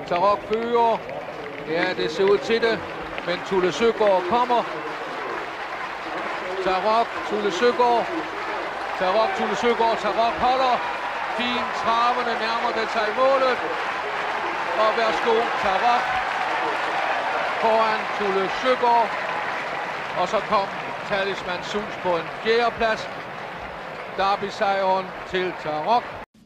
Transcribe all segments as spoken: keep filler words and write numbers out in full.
Tarok fører. Ja, det ser ud til det. Men Tulle Søgaard kommer. Tarok, Tulle Søgaard. Tarok, Tulle Søgaard. Tarok holder. Fint traverne nærmer det sig i målet. Og værsgo, Tarok foran Tulle Søgaard. Og så kom Talisman Sus på en fjerdeplads. Derby-sejren til Tarok.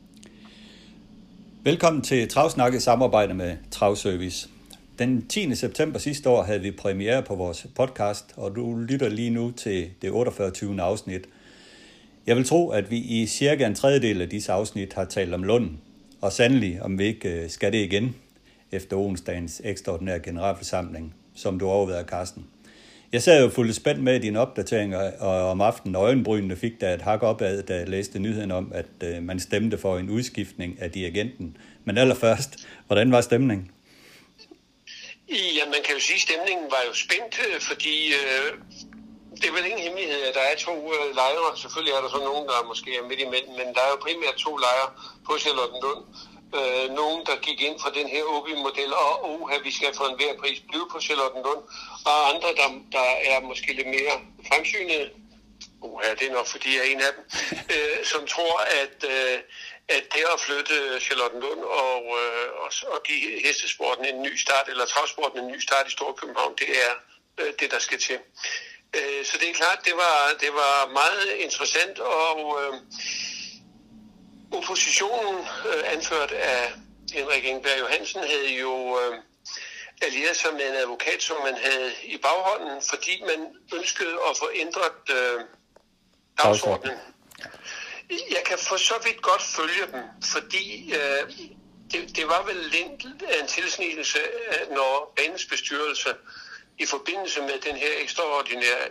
Velkommen til Travsnak i samarbejde med Travservice. Den tiende september sidste år havde vi premiere på vores podcast, og du lytter lige nu til det otteogfyrre afsnit. Jeg vil tro, at vi i cirka en tredjedel af disse afsnit har talt om Lunden, og sandelig om vi ikke skal det igen efter onsdagens ekstraordinære generalforsamling, som du overvejede, Carsten. Jeg sad jo fuldt spændt med dine opdateringer og om aftenen, og øjenbrynene fik da et hak opad, da jeg læste nyheden om, at øh, man stemte for en udskiftning af dirigenten. Men allerførst, hvordan var stemningen? Ja, man kan jo sige, at stemningen var jo spændt, fordi øh, det er vel ingen hemmelighed, at der er to øh, lejre. Selvfølgelig er der så nogen, der måske er midt imellem, men der er jo primært to lejre på Charlottenlund. Øh, nogen, der gik ind fra den her O B I-model, og oh, at vi skal for enhver pris blive på Charlottenlund, og andre, der, der er måske lidt mere fremsynede, oh, ja, det er nok fordi jeg er en af dem, øh, som tror, at, øh, at det at flytte Charlottenlund og, øh, og, og give hestesporten en ny start, eller travsporten en ny start i Storkøbenhavn, det er øh, det, der skal til. Øh, så det er klart, det var, det var meget interessant, og øh, oppositionen, øh, anført af Henrik Engberg Johansen, havde jo øh, allieret sig med en advokat, som man havde i baghånden, fordi man ønskede at få ændret øh, dagsordenen. Jeg kan for så vidt godt følge dem, fordi øh, det, det var vel lidt af en tilsnigelse, når banens bestyrelse i forbindelse med den her ekstraordinære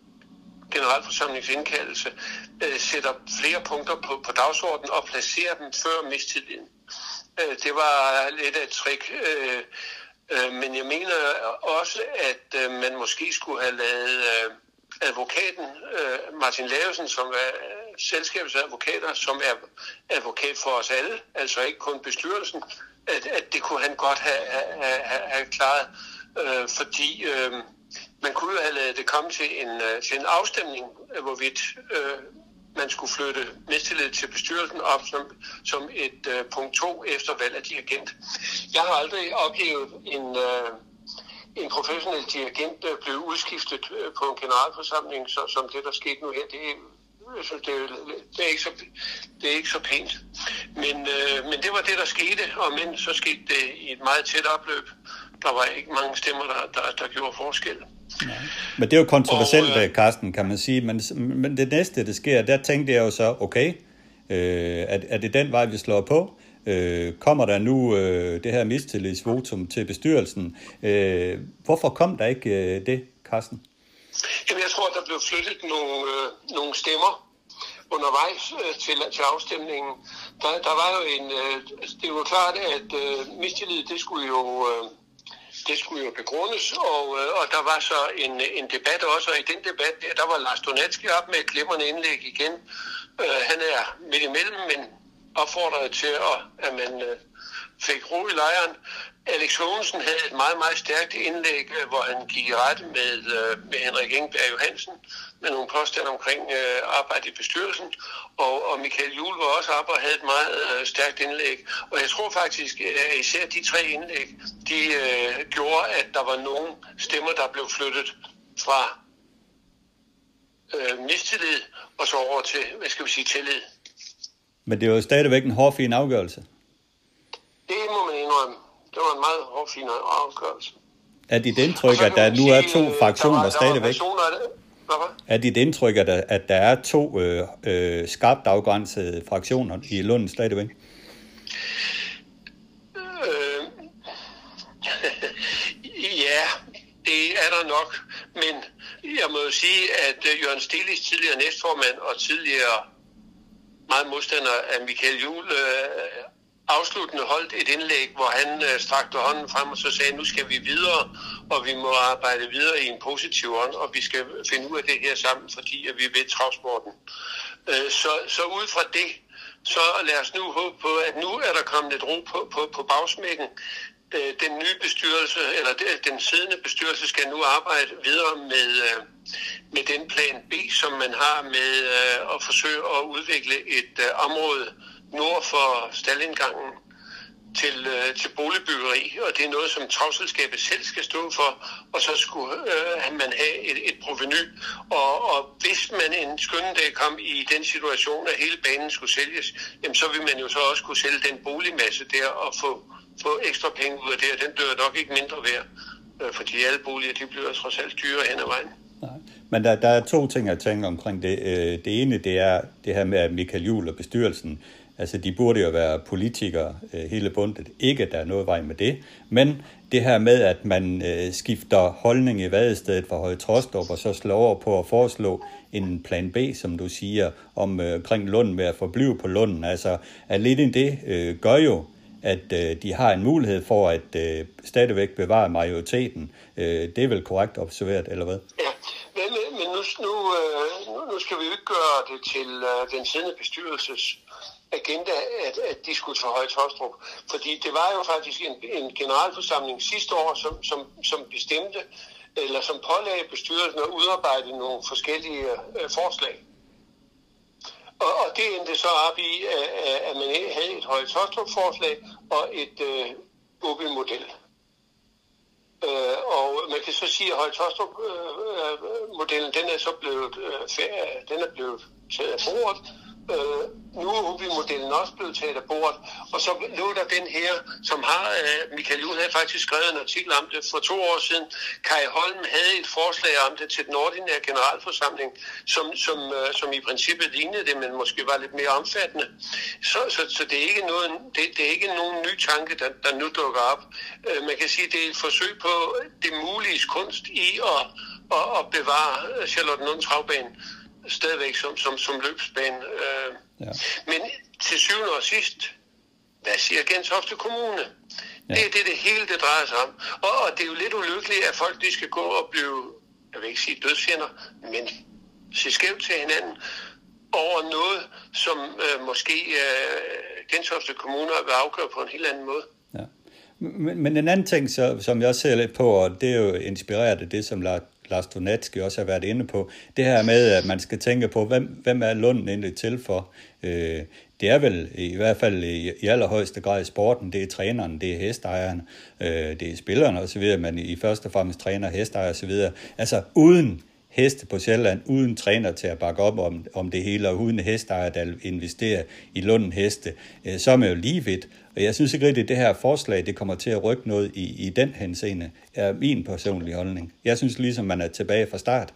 generalforsamlingsindkaldelse øh, sætter flere punkter på, på dagsordenen og placerer dem før mistilliden. Øh, det var lidt af et trick, øh, øh, men jeg mener også, at øh, man måske skulle have lavet øh, advokaten øh, Martin Lavesen, som er øh, selskabets advokater, som er advokat for os alle, altså ikke kun bestyrelsen, at, at det kunne han godt have, have, have, have klaret, øh, fordi øh, man kunne jo have lavet det komme til en, til en afstemning, hvorvidt øh, man skulle flytte mistillid til bestyrelsen op som, som et øh, punkt to efter valg af dirigent. Jeg har aldrig oplevet en, øh, en professionel dirigent øh, blive udskiftet øh, på en generalforsamling, så, som det, der skete nu her. Det, så det, det, er ikke så, det er ikke så pænt. Men, øh, men det var det, der skete, og men så skete det i et meget tæt opløb. Der var ikke mange stemmer, der, der, der gjorde forskel. Ja. Men det er jo kontroversielt, og, øh, Carsten, kan man sige. Men, men det næste, der sker, der tænkte jeg jo så, okay, øh, er, er det den vej, vi slår på? Øh, kommer der nu øh, det her mistillidsvotum til bestyrelsen? Øh, hvorfor kom der ikke øh, det, Carsten? Jamen, jeg tror, der blev flyttet nogle, øh, nogle stemmer undervejs øh, til, til afstemningen. Der, der var jo en... Øh, det var klart, at øh, mistillid, det skulle jo... Øh, Det skulle jo begrundes, og, og der var så en, en debat også, og i den debat, der, der var Lars Donatski op med et glimrende indlæg igen. Uh, han er midt imellem, men opfordrede til, at, at man uh, fik ro i lejren. Alex Haagensen havde et meget, meget stærkt indlæg, uh, hvor han gik i rette med, uh, med Henrik Engberg Johansen, med nogle påstande omkring uh, arbejde i bestyrelsen. Og, og Michael Juhl var også op og havde et meget uh, stærkt indlæg. Og jeg tror faktisk, at især de tre indlæg, de uh, gjorde, at der var nogle stemmer, der blev flyttet fra uh, mistillid og så over til, hvad skal vi sige, tillid. Men det var jo stadigvæk en hårfin afgørelse. Det må man indrømme. Det var en meget hårfin afgørelse. Er dit indtryk, at der nu er to fraktioner stadigvæk? Er dit indtryk, at der, at der er to øh, øh, skarpt afgrænsede fraktioner i Lunden stadigvæk? Øh, ja, det er der nok. Men jeg må jo sige, at Jørgen Stilis, tidligere næstformand og tidligere meget modstander af Michael Juhl, øh, afsluttende holdt et indlæg, hvor han øh, strakte hånden frem og så sagde, nu skal vi videre, og vi må arbejde videre i en positiv ånd, og vi skal finde ud af det her sammen, fordi at vi ved travsporten. Øh, så, så ud fra det, så lad os nu håbe på, at nu er der kommet et ro på, på, på bagsmækken. den nye bestyrelse, eller den siddende bestyrelse, skal nu arbejde videre med, med den plan B, som man har med at forsøge at udvikle et område nord for staldindgangen til, til boligbyggeri, og det er noget, som travselskabet selv skal stå for, og så skulle øh, man have et, et proveny. Og, og hvis man en skønne dag kom i den situation, at hele banen skulle sælges, jamen, så vil man jo så også kunne sælge den boligmasse der og få, få ekstra penge ud af det, og den dør nok ikke mindre værd, øh, fordi alle boliger, de bliver trods alt dyre hen ad vejen. Nej. Men der, der er to ting at tænke omkring det. Det ene, det er det her med, at Michael Juhl og bestyrelsen, altså, de burde jo være politikere øh, hele bundet. Ikke, at der er noget vej med det. Men det her med, at man øh, skifter holdning i vadestedet fra Høje Taastrup, og så slår over på at foreslå en plan B, som du siger, om øh, omkring Lunden med at forblive på Lunden. Altså, at lidt i det øh, gør jo, at øh, de har en mulighed for at øh, stadigvæk bevare majoriteten. Øh, det er vel korrekt observeret, eller hvad? Ja, men, men nu, nu, øh, nu skal vi jo ikke gøre det til øh, den siddende bestyrelses agenda, at, at de skulle til Høje Taastrup. Fordi det var jo faktisk en, en generalforsamling sidste år, som, som, som bestemte, eller som pålagde bestyrelsen at udarbejde nogle forskellige øh, forslag. Og, og det endte så op i, at, at man havde et Høje Taastrup-forslag og et øh, O B I-model. Øh, og man kan så sige, at Høje Taastrup-modellen, den er så blevet, øh, den er blevet taget af bordet. Øh, nu er O B I-modellen også blevet taget af bordet, og så lå der den her, som har, øh, Michael Juhl havde faktisk skrevet en artikel om det for to år siden. Kai Holm havde et forslag om det til den ordinære generalforsamling, som, som, øh, som i princippet lignede det, men måske var lidt mere omfattende. Så, så, så det, er ikke noget, det, det er ikke nogen ny tanke, der, der nu dukker op. Øh, man kan sige, det er et forsøg på det mulige kunst i at, at, at bevare Charlottenlund Travbane stadigvæk som, som, som løbsbane. Øh. Ja. Men til syvende og sidst, hvad siger Gentofte Kommune? Ja. Det er det, det hele det drejer sig om. Og, og det er jo lidt ulykkeligt, at folk de skal gå og blive, jeg vil ikke sige dødsfjender, men se skævt til hinanden over noget, som øh, måske øh, Gentofte Kommune vil afgøre på en helt anden måde. Ja. Men, men en anden ting, så, som jeg også ser lidt på, og det er jo inspireret af det, som Lars Donatzky også har været inde på, det her med, at man skal tænke på, hvem, hvem er Lunden egentlig til for? Øh, det er vel i hvert fald i, i allerhøjeste grad i sporten, det er træneren, det er hesteejeren, øh, det er spillerne osv., men i første og fremmest træner, hesteejer osv. Altså uden heste på Sjælland, uden træner til at bakke op om, om det hele, og uden hesteejer, der investerer i Lunden heste, øh, så er man jo lige vidt. Og jeg synes ikke rigtig, at det her forslag, det kommer til at rykke noget i, i den henseende, er min personlige holdning. Jeg synes ligesom, man er tilbage fra start.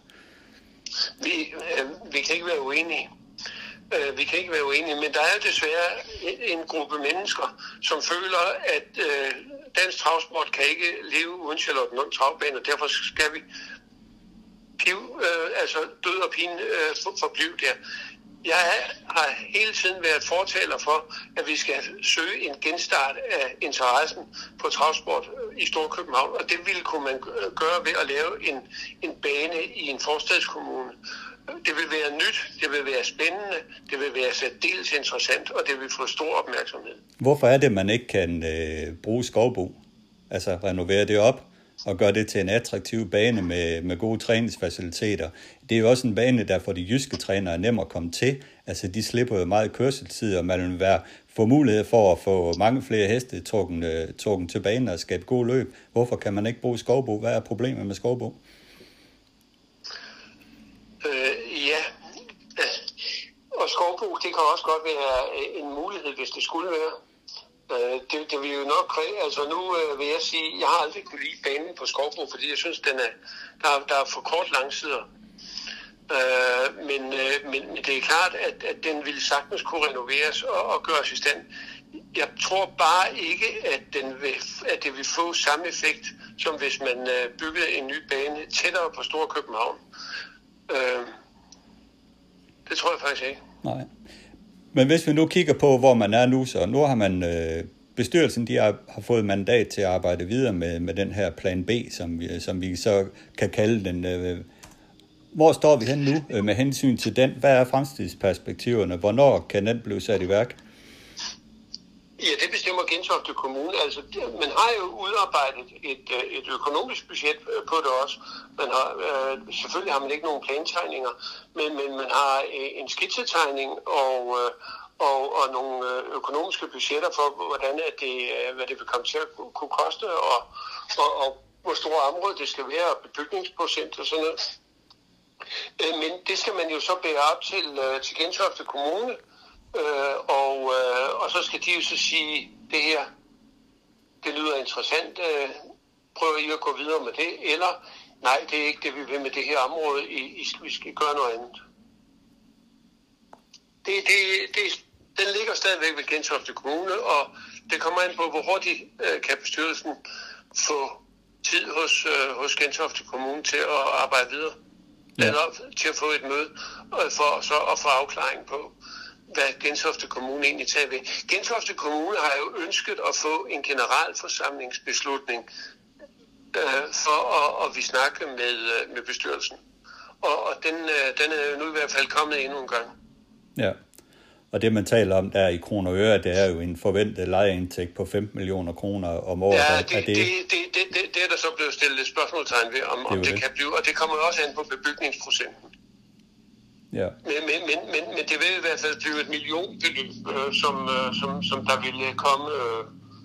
Vi, øh, vi kan ikke være uenige. Øh, vi kan ikke være uenige, men der er desværre en, en gruppe mennesker, som føler, at øh, dansk travsport kan ikke leve uden Charlottenlund Travbane, og derfor skal vi give, øh, altså død og pine øh, for, forblive der. Jeg har hele tiden været fortaler for, at vi skal søge en genstart af interessen på travsport i Storkøbenhavn, og det ville kunne man gøre ved at lave en, en bane i en forstadskommune. Det vil være nyt, det vil være spændende, det vil være særdeles interessant, og det vil få stor opmærksomhed. Hvorfor er det, man ikke kan øh, bruge Skovbo? Altså renovere det op og gøre det til en attraktiv bane med, med gode træningsfaciliteter. Det er jo også en bane, der for de jyske trænere er nem at komme til. Altså, de slipper jo meget kørseltid, og man vil være, få mulighed for at få mange flere heste trukken, trukken til banen og skabe gode løb. Hvorfor kan man ikke bruge Skovbo? Hvad er problemet med Skovbo? Øh, ja, og Skovbo, det kan også godt være en mulighed, hvis det skulle være. Det, det vil jo nok kræve, altså nu øh, vil jeg sige, jeg har aldrig kunne lide banen på Skovbo, fordi jeg synes, den er, der, der er for kort langsider. Øh, men, øh, men det er klart, at, at den ville sagtens kunne renoveres og, og gøres i stand. Jeg tror bare ikke, at, den vil, at det vil få samme effekt, som hvis man øh, byggede en ny bane tættere på Storkøbenhavn. Øh, det tror jeg faktisk ikke. Nej. Men hvis vi nu kigger på, hvor man er nu, så nu har man øh, bestyrelsen, de har, har fået mandat til at arbejde videre med, med den her plan B, som vi, som vi så kan kalde den. Øh, hvor står vi hen nu øh, med hensyn til den? Hvad er fremtidsperspektiverne? Hvornår kan den blive sat i værk? Ja, det bestemmer Gentofte Kommune. Altså, man har jo udarbejdet et, et økonomisk budget på det også. Man har, øh, selvfølgelig har man ikke nogen plantegninger, men, men man har en skitsetegning og, øh, og, og nogle økonomiske budgetter for, hvordan at det, hvad det vil komme til at kunne koste, og, og, og hvor store område det skal være, og bebygningsprocent og sådan noget. Men det skal man jo så bære op til, til Gentofte Kommune. Øh, og, øh, og så skal de jo så sige, det her, det lyder interessant, øh, prøver I at gå videre med det, eller nej, det er ikke det, vi vil med det her område, I, I, vi skal gøre noget andet. Det, det, det, den ligger stadigvæk ved Gentofte Kommune, og det kommer an på, hvor hurtigt øh, kan bestyrelsen få tid hos, øh, hos Gentofte Kommune til at arbejde videre, ja. Eller til at få et møde, øh, for så at få afklaring på, hvad Gentofte Kommune egentlig tager ved. Gentofte Kommune har jo ønsket at få en generalforsamlingsbeslutning øh, for at, at vi snakke med, med bestyrelsen. Og, og den, den er nu i hvert fald kommet endnu en gang. Ja, og det man taler om der i kroner og øre, det er jo en forventet lejeindtægt på femten millioner kroner om året. Ja, det, er det... Det, det, det, det, det er der så blevet stillet et spørgsmålstegn ved, om det, om det, det kan blive, og det kommer jo også an på bebygningsprocenten. Ja. Men, men, men, men, men det vil i hvert fald blive et millionbeløb, øh, som, øh, som, som der ville komme, øh,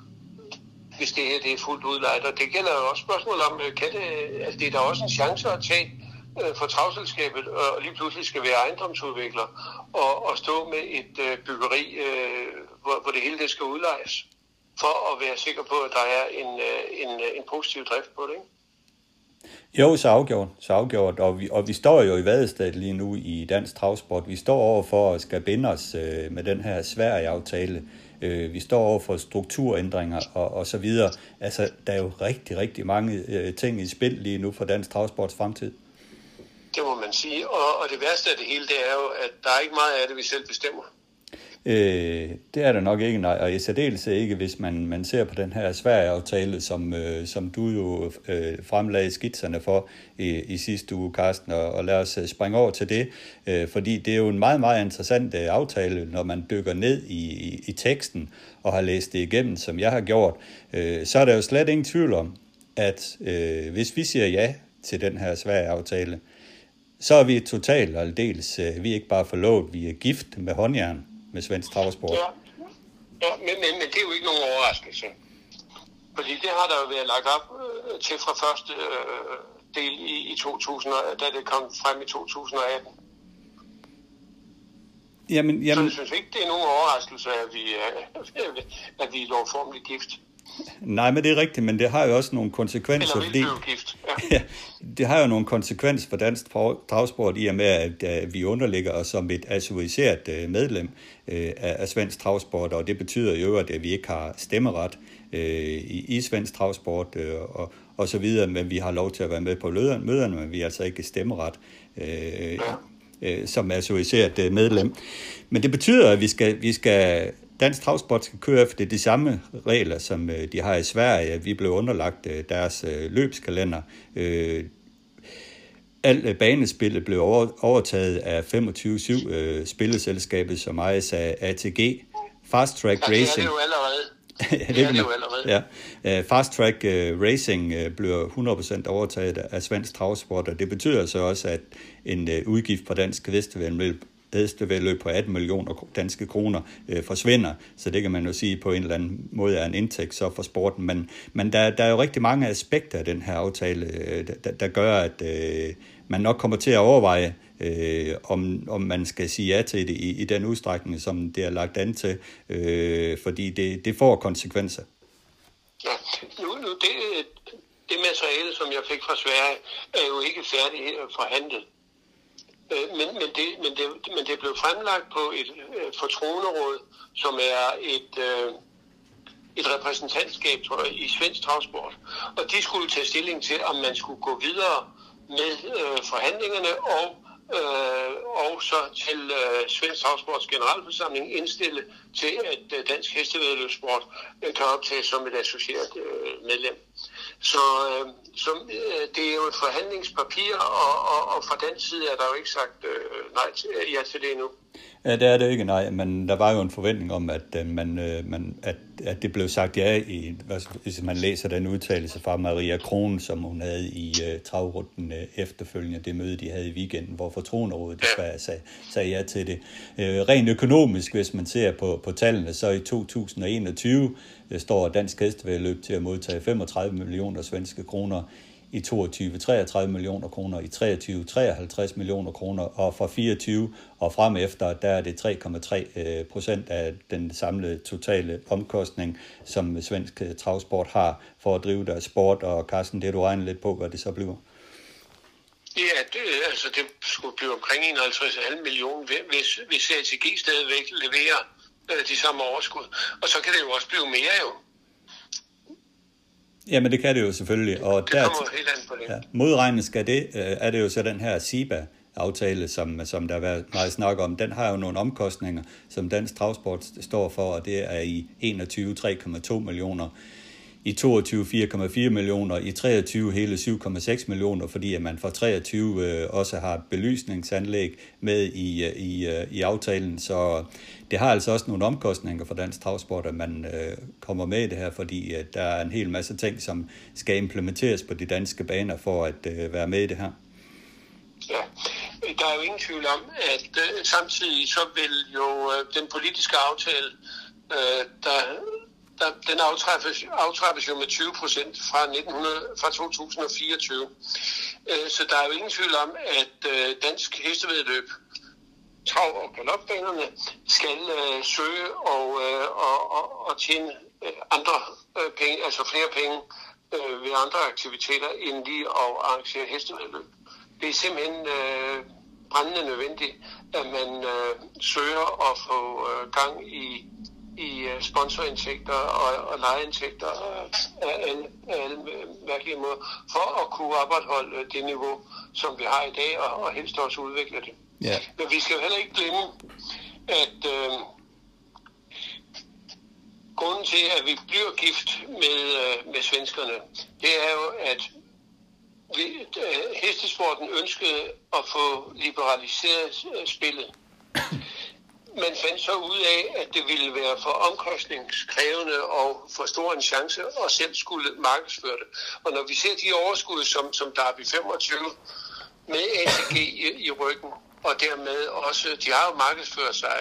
hvis det her det er fuldt udlejet. Og det gælder jo også spørgsmål om, øh, kan det, altså det er der også en chance at tage øh, for travselskabet, og lige pludselig skal være ejendomsudvikler, og, og stå med et øh, byggeri, øh, hvor, hvor det hele det skal udlejes, for at være sikker på, at der er en, øh, en, en positiv drift på det, ikke? Jo, så afgjort, så afgjort. Og, vi, og vi står jo i vadestedet lige nu i dansk travsport. Vi står over for at skal binde os øh, med den her Sverige-aftale. Øh, vi står over for strukturændringer og, og så videre. Altså, der er jo rigtig, rigtig mange øh, ting i spil lige nu for dansk travsports fremtid. Det må man sige. Og, og det værste af det hele, det er jo, at der er ikke meget af det, vi selv bestemmer. Øh, det er der nok ikke, nej, og i særdeleshed ikke, hvis man, man ser på den her Sverige-aftale, som, øh, som du jo øh, fremlagde skitserne for i, i sidste uge, Carsten, og, og lad os springe over til det, øh, fordi det er jo en meget, meget interessant øh, aftale, når man dykker ned i, i, i teksten og har læst det igennem, som jeg har gjort, øh, så er der jo slet ingen tvivl om, at øh, hvis vi siger ja til den her Sverige-aftale, så er vi totalt og aldeles, øh, vi er ikke bare forlovet, vi er gift med håndjern med svensk travsport. Ja, ja men, men, men det er jo ikke nogen overraskelse. Fordi det har der jo været lagt op øh, til fra første øh, del i, i to tusind, da det kom frem i to tusind og atten. Jamen, jamen... Så jeg synes ikke, det er nogen overraskelse, at vi, øh, at vi er lovformeligt gift. Nej, men det er rigtigt, men det har jo også nogle konsekvenser. Eller vil blive gift, ja. Ja, det har jo nogle konsekvenser for dansk travsport i og med, at, at vi underlægger os som et associeret medlem af, af svensk travsport, og det betyder jo, at vi ikke har stemmeret i, i svensk travsport og, og så videre, men vi har lov til at være med på møderne, men vi er altså ikke stemmeret øh, ja. som associeret medlem. Men det betyder, at vi skal, vi skal dansk travsport skal køre efter de samme regler, som de har i Sverige. Vi blev underlagt deres løbskalender. Alt banespillet blev overtaget af femogtyve syv spilleselskabet, som ejes af A T G. Fast Track Racing. Ja, det er jo allerede. Ja, det er det jo allerede. Ja. Fast Track Racing bliver hundrede procent overtaget af svensk travsport, og det betyder så også, at en udgift på dansk hestevæddeløb hestevæddeløb på atten millioner danske kroner øh, forsvinder, så det kan man jo sige på en eller anden måde er en indtægt så for sporten, men, men der, der er jo rigtig mange aspekter af den her aftale, øh, der, der gør, at øh, man nok kommer til at overveje, øh, om, om man skal sige ja til det i, i den udstrækning, som det er lagt an til, øh, fordi det, det får konsekvenser. Ja, nu, nu det, det materiale, som jeg fik fra Sverige, er jo ikke færdigt forhandlet. Men, men, det, men, det, men det blev fremlagt på et øh, fortroneråd, som er et, øh, et repræsentantskab tror jeg, i svensk travsport. Og de skulle tage stilling til, om man skulle gå videre med øh, forhandlingerne, og, øh, og så til øh, svensk travsports generalforsamling indstille til, at øh, dansk hestevæddeløbssport øh, kan optages som et associeret øh, medlem. Så, øh, så øh, det er jo et forhandlingspapir, og, og, og fra den side er der jo ikke sagt øh, nej til, ja til det endnu. Ja, det er det ikke, nej, men der var jo en forventning om, at, man, man, at, at det blev sagt ja, i, hvis man læser den udtalelse fra Maria Kron, som hun havde i uh, travrunden uh, efterfølgende det møde, de havde i weekenden, hvor Fortronerrådet desværre sagde, sagde ja til det. Uh, rent økonomisk, hvis man ser på, på tallene, så i to tusind og enogtyve uh, står Dansk Hestevæddeløb til at modtage femogtredive millioner svenske kroner, i toogtyve treogtredive millioner kroner, i treogtyve treoghalvtreds millioner kroner, og fra fireogtyve og frem efter, der er det tre komma tre procent af den samlede totale omkostning, som svensk travsport har for at drive deres sport. Og Carsten, det er du regnet lidt på, hvad det så bliver? Ja, det, altså det skulle blive omkring enoghalvtreds komma fem millioner, hvis, hvis A T G stadigvæk leverer øh, de samme overskud. Og så kan det jo også blive mere jo. Jamen det kan det jo selvfølgelig, og det der, helt an på det. Ja, modregnes skal det, er det jo så den her S I B A-aftale, som, som der har været meget snak om. Den har jo nogle omkostninger, som Dansk Travsport står for, og det er i enogtyve tre komma to millioner, i toogtyve fire komma fire millioner, i treogtyve hele syv komma seks millioner, fordi at man fra treogtyve øh, også har belysningsanlæg med i, i, i aftalen, så det har altså også nogle omkostninger for Dansk Travsport, at man øh, kommer med i det her, fordi øh, der er en hel masse ting, som skal implementeres på de danske baner for at øh, være med i det her. Ja, der er jo ingen tvivl om, at øh, samtidig så vil jo øh, den politiske aftale, øh, der Der, den aftrappes, aftrappes jo med tyve procent fra, fra to tusind og fireogtyve. Øh, så der er jo ingen tvivl om, at øh, Dansk Hestevæddeløb, trav- og galopbanerne skal øh, søge og, øh, og, og, og tjene øh, andre øh, penge, altså flere penge øh, ved andre aktiviteter, end lige at arrangere hestevæddeløb. Det er simpelthen øh, brændende nødvendigt, at man øh, søger at få øh, gang i i sponsorindtægter og, og lejeindtægter af alle, af alle mærkelige måder, for at kunne opretholde det niveau, som vi har i dag, og, og helst også udvikle det. Yeah. Men vi skal jo heller ikke glemme, at øh, grunden til, at vi bliver gift med, øh, med svenskerne, det er jo, at vi, øh, hestesporten ønskede at få liberaliseret øh, spillet. Man fandt så ud af, at det ville være for omkostningskrævende og for stor en chance og selv skulle markedsføre det. Og når vi ser de overskud, som, som Derby femogtyve med A T G i, i ryggen, og dermed også, de har jo markedsført sig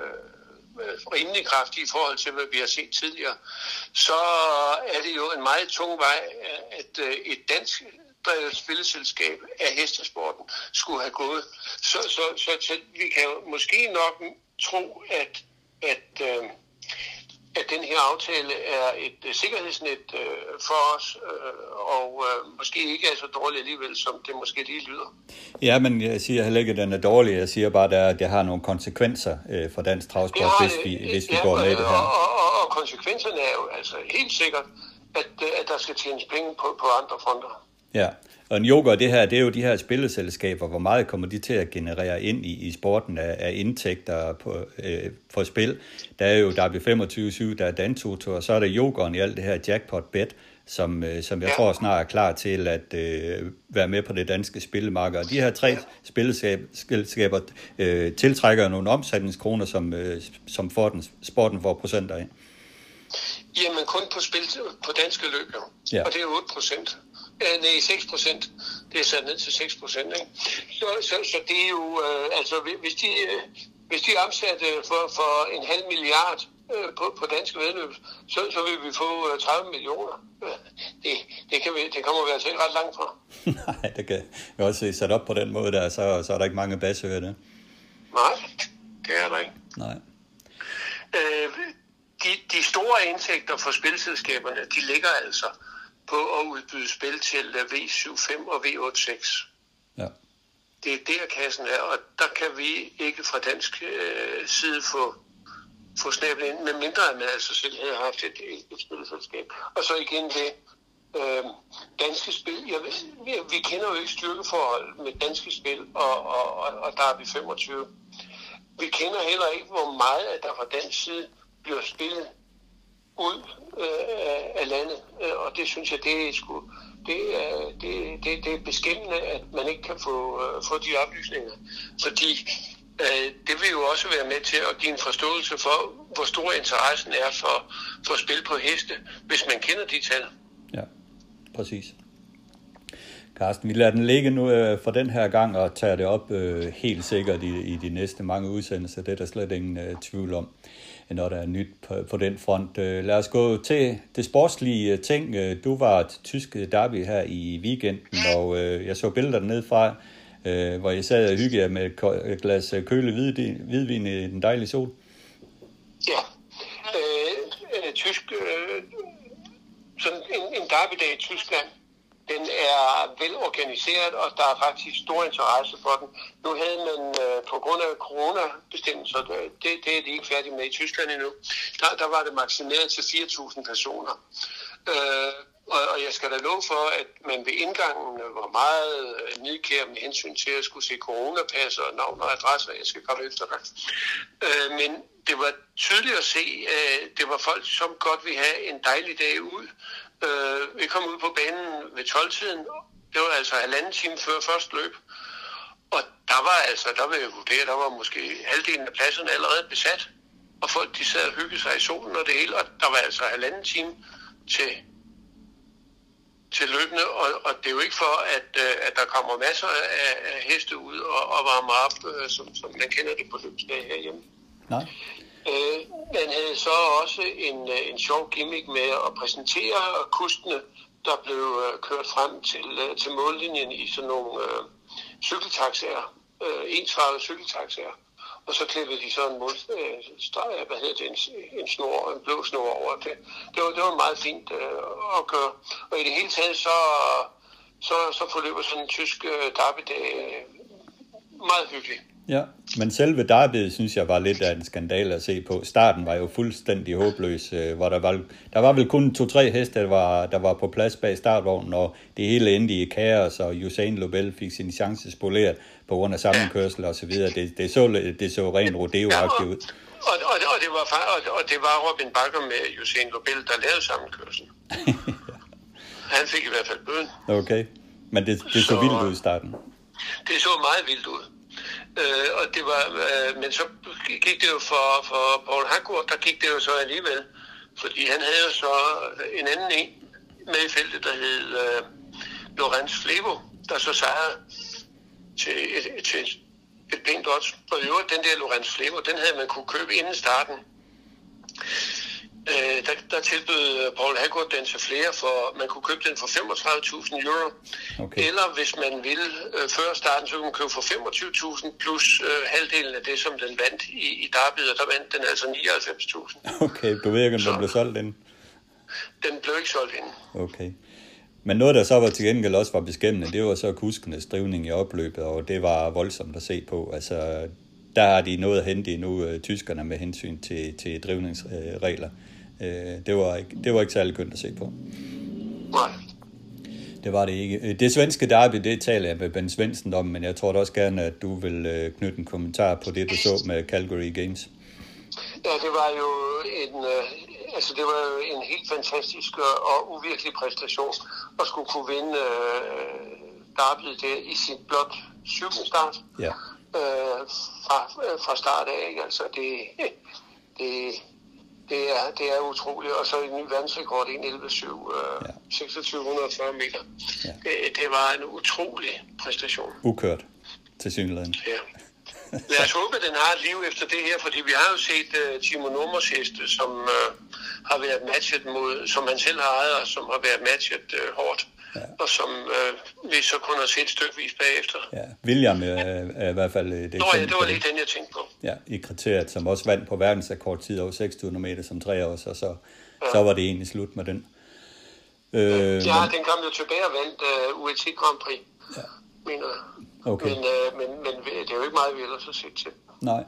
øh, rimelig kraftigt i forhold til, hvad vi har set tidligere, så er det jo en meget tung vej, at øh, et dansk drevet spilleselskab af hestesporten skulle have gået. Så, så, så, så vi kan jo måske nok tro, at, at, øh, at den her aftale er et øh, sikkerhedsnet øh, for os, øh, og øh, måske ikke er så dårlig alligevel, som det måske lige lyder. Ja, men jeg siger heller ikke, at den er dårlig. Jeg siger bare, at det har nogle konsekvenser øh, for dansk travsport, hvis vi, hvis vi ja, går med det her. Og, og, og konsekvenserne er jo altså helt sikkert, at, at der skal tjenes penge på, på andre fronter. Ja, og en yoga, det her, det er jo de her spilleselskaber, hvor meget kommer de til at generere ind i, i sporten af, af indtægter på, øh, for spil. Der er jo Derby femogtyve syv, der er Dantoto, og så er der yogaen i alt det her jackpot bet, som, øh, som jeg ja. tror snart er klar til at øh, være med på det danske spillemarked. Og de her tre ja. spilleselskaber øh, tiltrækker nogle omsætningskroner, som, øh, som får den, sporten får procenter af. Jamen kun på spil på danske løb, jo. Ja. Og det er otte procent. Nej, seks procent. Det er sat ned til seks procent, ikke? Så, så, så det er jo, øh, altså hvis de, øh, hvis de er omsat for, for en halv milliard øh, på, på danske vedløb, så, så vil vi få øh, tredive millioner. Det, det, kan vi, det kommer vi altså ikke ret langt fra. Nej, det kan vi også se sat op på den måde der, så, så er der ikke mange basører det. Nej, det er der ikke. Nej. Øh, de, de store indtægter for spilselskaberne, de ligger altså på at udbyde spil til V syv fem og V otte seks. Ja. Det er der kassen er, og der kan vi ikke fra dansk øh, side få, få snablet ind, medmindre at man altså selv havde haft et, et spilselskab. Og så igen det øh, danske spil. Jeg ved, vi, vi kender jo ikke styrkeforhold med danske spil og, og, og, og Derby femogtyve. Vi kender heller ikke, hvor meget at der fra dansk side bliver spillet ud øh, af landet, og det synes jeg, det er sgu, det er, det, det, det er beskæmmende, at man ikke kan få, uh, få de oplysninger, fordi Det vil jo også være med til at give en forståelse for, hvor stor interessen er for, for spil på heste, hvis man kender de tal. Ja, præcis. Carsten, vi lader den ligge nu øh, for den her gang og tager det op øh, helt sikkert i, i de næste mange udsendelser. Det er der slet ingen øh, tvivl om, når der er nyt på, på den front. Øh, lad os gå til det sportslige ting. Du var til tysk derby her i weekenden, og øh, jeg så billeder dernede fra, øh, hvor jeg sad og hyggede med et glas køle hvidvin i den dejlige sol. Ja, øh, øh, tysk, øh, sådan en, en derbydag i Tyskland, den er velorganiseret, og der er faktisk stor interesse for den. Nu havde man øh, på grund af coronabestemmelser, det, det er de ikke færdige med i Tyskland endnu, der, der var det maksimeret til fire tusind personer. Øh, og, og jeg skal da love for, at man ved indgangen var meget nidkær med hensyn til at skulle se coronapas og navn og adresser. Jeg skal komme efter dig. Øh, men det var tydeligt at se, at det var folk, som godt ville have en dejlig dag ud. Uh, vi kom ud på banen ved tolv-tiden. Det var altså halvanden time før første løb. Og der var altså, der vil jeg vurdere, der var måske halvdelen af pladserne allerede besat. Og folk, de sad og hyggede sig i solen og det hele. Og der var altså halvanden time til, til løbende. Og, og det er jo ikke for, at, uh, at der kommer masser af, af heste ud og, og varmer op, uh, som, som man kender det på løbsdag herhjemme. Nej. Øh, man havde så også en, en sjov gimmick med at præsentere kustene, der blev øh, kørt frem til, øh, til mållinjen i sådan nogle øh, cykeltaxaer, øh, ensfarvede cykeltaxaer. Og så klippede de så en, mål, øh, streg, hvad hedder det, en, en, snor, en blå snor over det. Det var, det var meget fint øh, at gøre. Og i det hele taget så, så, så forløber sådan en tysk øh, derbydag øh, meget hyggelig. Ja, men selve derbyet synes jeg var lidt af en skandale at se på. Starten var jo fuldstændig håbløs, hvor der var, der var vel kun to-tre heste, der var, der var på plads bag startvognen, og det hele endte i kaos, og Usain Lobel fik sin chance spoleret på grund af sammenkørsel og så videre. Det, det, så, det så rent rodeo-agtigt ud. Og, og, og, det var, og, og det var Robin Bakker med Usain Lobel, der lavede sammenkørsel. Ja. Han fik i hvert fald bøden. Okay, men det, det så, så vildt ud i starten. Det så meget vildt ud. Øh, og det var, øh, men så gik det jo for, for Paul Hackworth, der gik det jo så alligevel, fordi han havde jo så en anden en med i feltet, der hed øh, Lorenz Flevo, der så sejrede til et, til et pænt odds. Og i øvrigt, den der Lorenz Flevo, den havde man kunne købe inden starten. Øh, der, der tilbød Paul Hackworth den til flere, for man kunne købe den for femogtredive tusind euro. Okay. Eller hvis man ville øh, før starten, så kunne man købe for femogtyve tusind plus øh, halvdelen af det, som den vandt i, i derbyet, og der vandt den altså nioghalvfems tusind. Okay, du ved ikke, om den blev solgt ind? Den blev ikke solgt ind. Okay. Men noget, der så var til gengæld også var beskæmmende, det var så kuskenes drivning i opløbet, og det var voldsomt at se på. Altså, der har de noget at hente endnu, øh, tyskerne, med hensyn til, til drivningsregler. Øh, det, var ikke, det var ikke særlig kønt at se på. Nej. Det var det ikke. Det svenske derby, det taler jeg med Ben Svendsen om, men jeg tror da også gerne, at du vil øh, knytte en kommentar på det, du så med Calgary Games. Ja, det var jo en, øh, altså det var jo en helt fantastisk og uvirkelig præstation at skulle kunne vinde øh, derbyet der i sin blot syvende start. Ja. Øh, fra, fra start af, ikke? Altså det, det, det, er, det er utroligt. Og så en ny verdensrekord, en elleve syv, øh, ja. seksogtyve hundrede og fyrre meter. Ja. Det, det var en utrolig præstation. Ukørt, til synligheden. Ja. Lad os håbe, at den har et liv efter det her, fordi vi har jo set uh, Timo Nummers heste, som uh, har været matchet mod, som han selv har ejet, og som har været matchet uh, hårdt. Ja. Og som øh, vi så kun har set stykvis bagefter. Ja, William er, er i hvert fald det. Nå ja, det var lige den, jeg tænkte på. Ja, i kriteriet, som også vandt på verdensrekordtid over seks tusind meter som tre år, så, så, ja. så var det egentlig slut med den. Øh, ja, men... den kom jo tilbage og vandt uh, U A T Grand Prix, ja. mener jeg. Okay. Men, øh, men, men det er jo ikke meget, vi ellers har set til. Nej.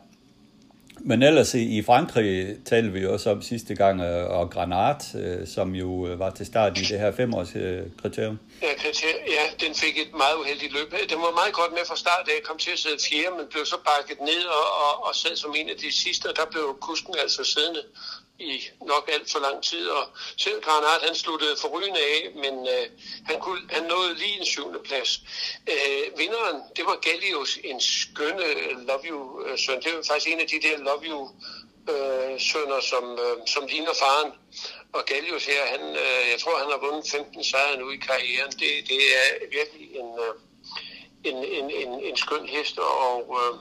Men ellers i Frankrig talte vi også om sidste gang, og Granat, som jo var til start i det her femårskriterium. Ja, kriterium. Ja, den fik et meget uheldigt løb. Den var meget godt med fra start af, kom til at sidde fjerde, men blev så bakket ned og, og, og sad som en af de sidste, og der blev kusken altså siddende i nok alt for lang tid, og selv Granat, han sluttede forrygende af, men øh, han, kunne, han nåede lige en syvende plads. Øh, vinderen, det var Gallius, en skønne Love You-søn. Det var faktisk en af de der Love You-sønner, som, øh, som ligner faren. Og Gallius her, han, øh, jeg tror, han har vundet femten sejre nu i karrieren. Det, det er virkelig en, øh, en, en, en, en skøn hest, og... Øh,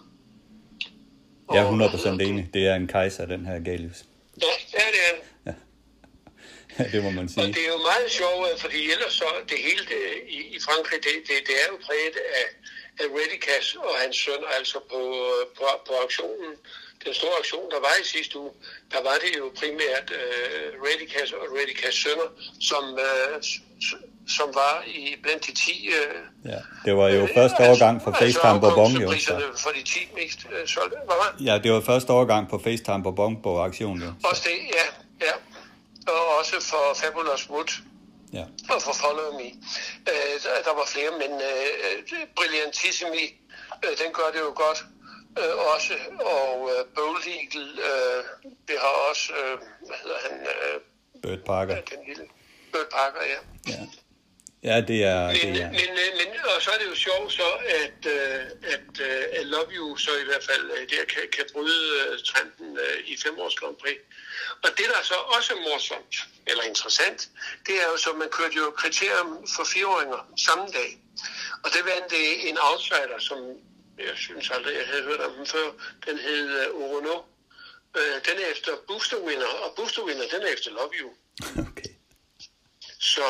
Jeg er hundrede procent enig. Det er en kejser, den her Gallius. Ja, ja, det er det. Ja. Ja, det må man sige. Og det er jo meget sjovt, fordi ellers så det hele det, i, i Frankrig, det, det, det er jo præget af, af Redicas og hans søn, altså på, på, på auktionen. Den store auktion, der var i sidste uge, der var det jo primært uh, Redicas og Redicas sønner, som, uh, som var i blandt de ti... Uh, ja, det var jo første årgang på altså, FaceTime Bourbon. Jo, for de ti mest uh, solgte. Ja, det var første årgang på FaceTime Bourbon på auktionen. Jo. Også det, ja, ja. Og også for Fabulous Wood. Ja. Og for Follow Me. Uh, der, der var flere, men uh, Brilliantissimi, uh, den gør det jo godt. Uh, også, og uh, Bold Eagle, uh, det har også, uh, hvad hedder han? Uh, Burt Parker. Den lille Burt Parker, ja. Ja, ja det er... Men, det er... Men, men, og så er det jo sjovt så, at, uh, at, uh, at Love You så i hvert fald uh, der kan, kan bryde uh, trenden uh, i femårs Grand Prix. Og det, der så også er morsomt, eller interessant, det er jo så, man kørte jo kriterium for fireåringer samme dag. Og det vandt det en outsider, som jeg synes aldrig, jeg havde hørt om den før. Den hed uh, Orono. Uh, den er efter Booster Winner, og Booster Winner, den er efter Love You. Okay. Så,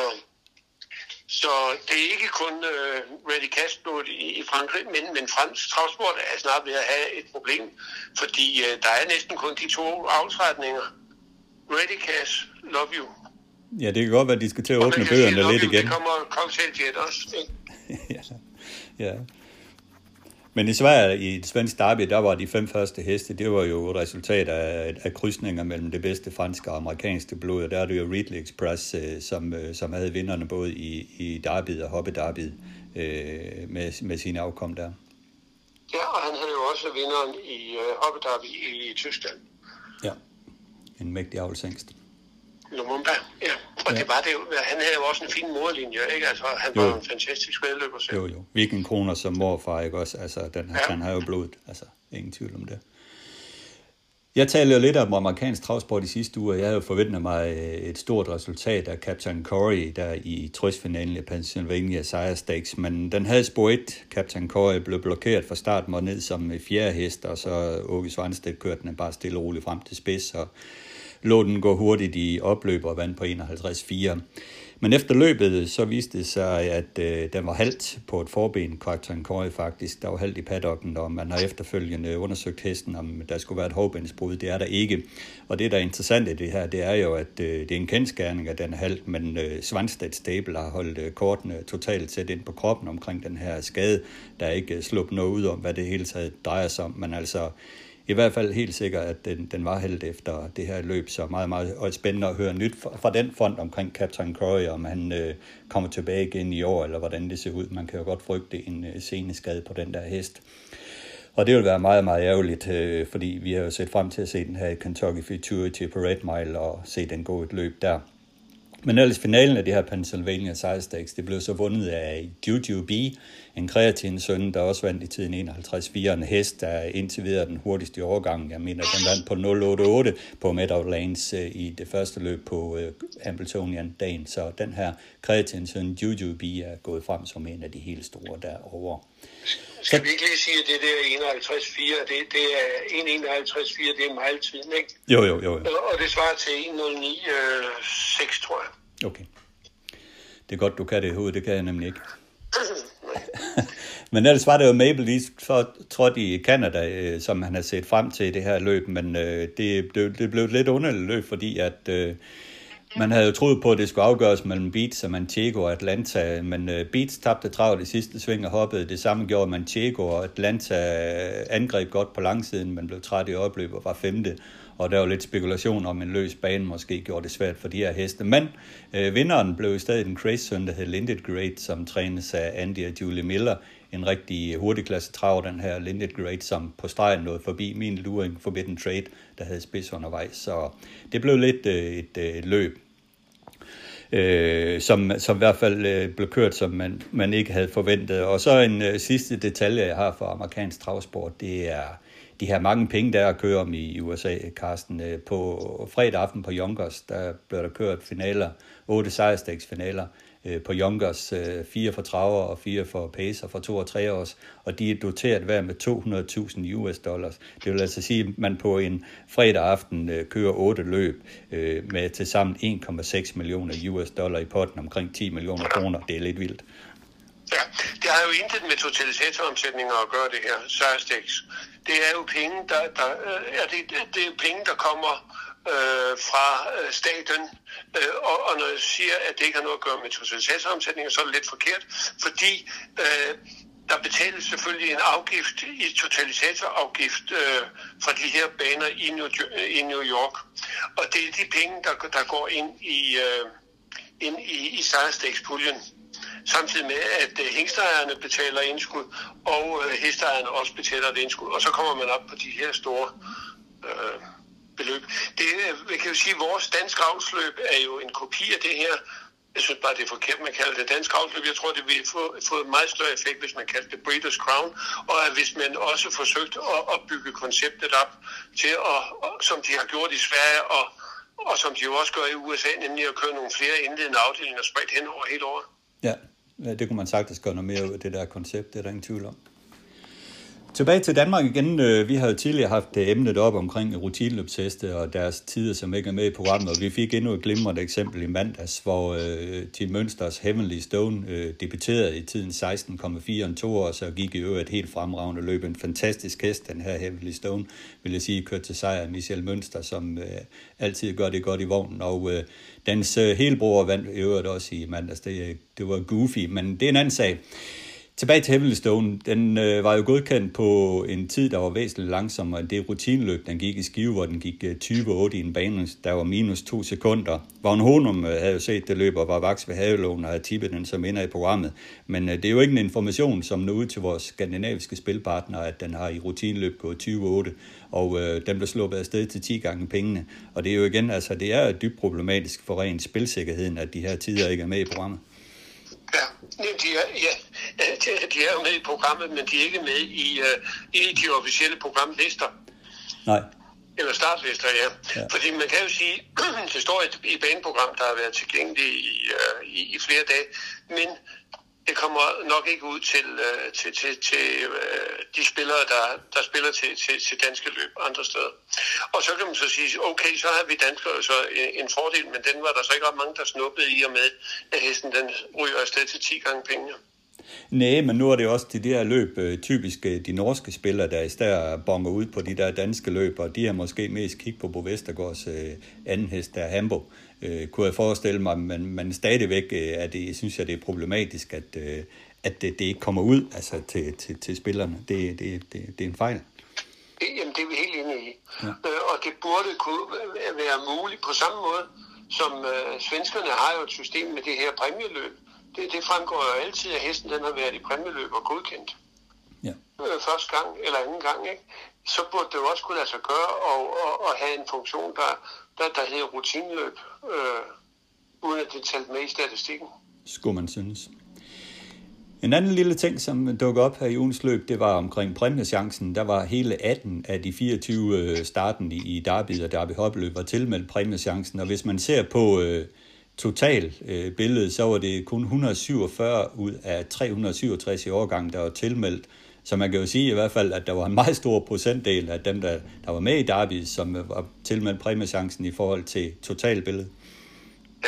så det er ikke kun uh, Ready Cash i, i Frankrig, men, men fransk travsport er snart ved at have et problem, fordi uh, der er næsten kun de to afsretninger. Ready Cash, Love You. Ja, det kan godt være, at de skal til at åbne bøgerne lidt you, igen. Det kommer Cocktail Jet også, ikke? ja, ja. Men i Sverige, i et svensk derby, der var de fem første heste, det var jo et resultat af, af krydsninger mellem det bedste franske og amerikanske blod, og der er det jo Ridley Express, som, som havde vinderne både i, i derbyet og hoppe-derbyet øh, med, med sine afkom der. Ja, og han havde jo også vinderen i uh, hoppe-derby i, i Tyskland. Ja, en mægtig avlshængst. Lumumba, ja. Og ja. Det var det jo. Han havde jo også en fin morlinje, ikke? Altså, han jo. var en fantastisk vedløber selv. Jo, jo. Viking Kroner som morfar, ikke også? Altså, den, ja. Han har jo blodet. Altså, ingen tvivl om det. Jeg talte jo lidt om amerikansk travsport i sidste uge, og jeg havde jo forventet mig et stort resultat af Captain Corey, der i trøstfinalen i Pennsylvania Sire Stakes, men den havde spor et. Captain Corey blev blokeret fra start, og ned som fjerde hest, og så Åke Svanstedt kørte den bare stille og roligt frem til spids, og lå den gå hurtigt i opløb og vandt på enoghalvtreds fire. Men efter løbet, så viste det sig, at øh, den var halvt på et forben, Captain Corey faktisk. Der var halvt i paddocken, og man har efterfølgende undersøgt hesten, om der skulle være et hovbindsbrud. Det er der ikke. Og det, der er interessant i det her, det er jo, at øh, det er en kendskærning, at den er halvt, men øh, Svanstedt Stable har holdt øh, kortene totalt sæt ind på kroppen omkring den her skade. Der er ikke øh, sluppet noget ud om, hvad det hele taget drejer sig om, men altså... I hvert fald helt sikkert, at den, den var held efter det her løb, så meget, meget og spændende at høre nyt fra, fra den front omkring Captain Corey, om han øh, kommer tilbage igen i år, eller hvordan det ser ud. Man kan jo godt frygte en øh, seneskade på den der hest. Og det vil være meget, meget ærgerligt, øh, fordi vi har jo set frem til at se den her i Kentucky Futurity på Red Mile, og se den gå et løb der. Men ellers finalen af det her Pennsylvania Sire Stakes, det blev så vundet af Juju B, en kreativ søn, der også vandt i tiden enoghalvtreds fire, en hest, der indtil videre den hurtigste overgang. Jeg mener, den vandt på nul otte otte på Meadowlands øh, i det første løb på øh, Hamiltonian-dagen. Så den her kreativ søn, Juju B, er gået frem som en af de helt store derovre. Skal vi ikke lige sige, at det der enoghalvtreds fire, det, det er en enoghalvtreds fire, det er mile-tiden, ikke? Jo, jo, jo, jo. Og det svarer til en nul ni seks, tror jeg. Okay. Det er godt, du kan det i hovedet, det kan jeg nemlig ikke. Men ellers var det jo Maple Leaf trådt i Canada, øh, som han har set frem til det her løb, men øh, det, det, det blev et lidt underligt løb, fordi at øh, man havde jo troet på, at det skulle afgøres mellem Beats og Manchego og Atlanta, men øh, Beats tabte travlt i sidste sving og hoppede. Det samme gjorde Manchego, og Atlanta angreb godt på langsiden, men blev træt i opløb og var femte. og der var lidt spekulation om en løs bane måske gjorde det svært for de her heste. Men øh, vinderen blev i stedet en crace-søn, der hed Linded Great, som trænes af Andy og Julie Miller. En rigtig hurtigklasse trav, den her Linded Great, som på stregen nåede forbi min luring Forbidden Trade, der havde spids undervejs. Så det blev lidt øh, et øh, løb, øh, som, som i hvert fald øh, blev kørt, som man, man ikke havde forventet. Og så en øh, sidste detalje, jeg har for amerikansk travsport, det er de her mange penge, der er at køre om i U S A, Carsten. På fredag aften på Yonkers, der blev der kørt finaler, otte sejrstegsfinaler på Yonkers, fire for traver og fire for pacer for to og tre års, og de er doteret hver med to hundrede tusind U S dollars. Det vil altså sige, at man på en fredag aften kører otte løb med til sammen en komma seks millioner U S dollar i potten, omkring ti millioner kroner. Det er lidt vildt. Ja, det har jo intet med totalisatoromsætninger at gøre, det her sejrstæks. Det er jo penge, der, der, ja, det, det er penge, der kommer øh, fra øh, staten, øh, og, og når jeg siger, at det ikke har noget at gøre med totalisatoromsætninger, så er det lidt forkert, fordi øh, der betales selvfølgelig en afgift i totalisatorafgift øh, fra de her baner i New, i New York, og det er de penge, der, der går ind i, øh, ind i, i sejrstækspuljen. Samtidig med, at uh, hængstejerne betaler indskud, og uh, hestejerne også betaler et indskud. Og så kommer man op på de her store øh, beløb. Det, jeg kan jo sige, at vores dansk avlsløb er jo en kopi af det her. Jeg synes bare, det er forkert, man kalder det dansk avlsløb. Jeg tror, det ville få, få en meget større effekt, hvis man kaldte det Breeders' Crown. Og at hvis man også forsøgte at, at bygge konceptet op til, at, som de har gjort i Sverige, og, og som de jo også gør i U S A, nemlig at køre nogle flere indledende afdelinger spredt hen over hele året. Ja, det kunne man sagtens gøre noget mere ud af det der koncept, det er der ingen tvivl om. Tilbage til Danmark igen. Vi har jo tidligere haft emnet op omkring rutineløbsheste og deres tider, som ikke er med i programmet, og vi fik endnu et glimrende eksempel i mandags, hvor uh, Team Münsters Heavenly Stone uh, debuterede i tiden seksten komma fire en to år, så gik i øvrigt et helt fremragende løb. En fantastisk hest, den her Heavenly Stone, vil jeg sige, kørt til sejr af Michel Münster, som uh, altid gør det godt i vognen, og uh, dens uh, helbror vandt i øvrigt også i mandags. Det, det var goofy, men det er en anden sag. Tilbage til Heavenly Stone, den øh, var jo godkendt på en tid, der var væsentligt langsommere end det rutineløb, den gik i Skive, hvor den gik øh, tyve otte i en bane, der var minus to sekunder. Vagn Honum øh, havde jo set det løb og var vaks ved havelån og havde tippet den som vinder i programmet. Men øh, det er jo ikke en information, som når ud til vores skandinaviske spilpartnere, at den har i rutineløb gået tyve otte, og øh, den blev sluppet afsted til ti gange pengene. Og det er jo igen, altså det er dybt problematisk for ren spilsikkerheden, at de her tider ikke er med i programmet. Ja, de er, ja, de er jo med i programmet, men de er ikke med i, uh, i de officielle programlister. Nej. Eller startlister, ja. ja. Fordi man kan jo sige, det står et, et baneprogram, der har været tilgængeligt i, uh, i, i flere dage, men det kommer nok ikke ud til, uh, til, til, til uh, de spillere, der, der spiller til, til, til danske løb andre steder. Og så kan man så sige, okay, så har vi danskere så en, en fordel, men den var der så ikke ret mange, der snuppede i og med, at hesten den ryger afsted til ti gange penge. Nej, men nu er det også til det her løb typisk de norske spillere, der i stedet bonger ud på de der danske løb, og de har måske mest kigget på Bo Vestergaards øh, anden hest, der Hambo, øh, kunne jeg forestille mig, men, men stadigvæk er det, synes jeg, det er problematisk, at, øh, at det, det ikke kommer ud altså, til, til, til spillerne. Det, det, det, det er en fejl. Jamen, det er vi helt enige i. Ja. Øh, og det burde kunne være muligt på samme måde, som øh, svenskerne har jo et system med det her præmieløb. Det, det fremgår jo altid, at hesten den har været i præmieløb og godkendt. Ja. Øh, første gang eller anden gang, ikke? Så burde det jo også kunne lade sig gøre og, og, og have en funktion, der, der, der hedder rutineløb, øh, uden at det er talt med i statistikken. Skulle man synes. En anden lille ting, som dukkede op her i ugens løb, det var omkring præmiechancen. Der var hele atten af de fireogtyve starten i Derby og Derby Hopløb var tilmeldt præmiechancen. Og hvis man ser på øh, total øh, billedet, så var det kun et hundrede og syvogfyrre ud af tre hundrede og syvogtres i årgang, der var tilmeldt. Så man kan jo sige i hvert fald, at der var en meget stor procentdel af dem, der, der var med i Derby, som var tilmeldt præmiechancen i forhold til totalbilledet. Ja.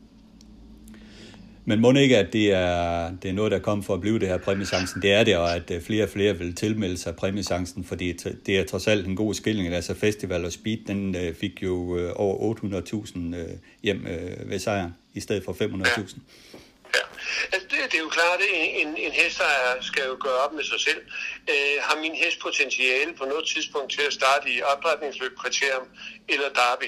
Men må ikke, at det er, det er noget, der kommer for at blive det her præmiechancen. Det er det, og at flere og flere vil tilmelde sig præmiechancen, fordi det er trods alt en god skilling. Altså Festival og Speed, den fik jo over otte hundrede tusind hjem ved sejren, i stedet for fem hundrede tusind. Ja. Ja. Altså, det, det er jo klart, at en, en hesteejer skal jo gøre op med sig selv. Øh, har min hest potentiale på noget tidspunkt til at starte i opdrætningsløb, kriterium eller derby?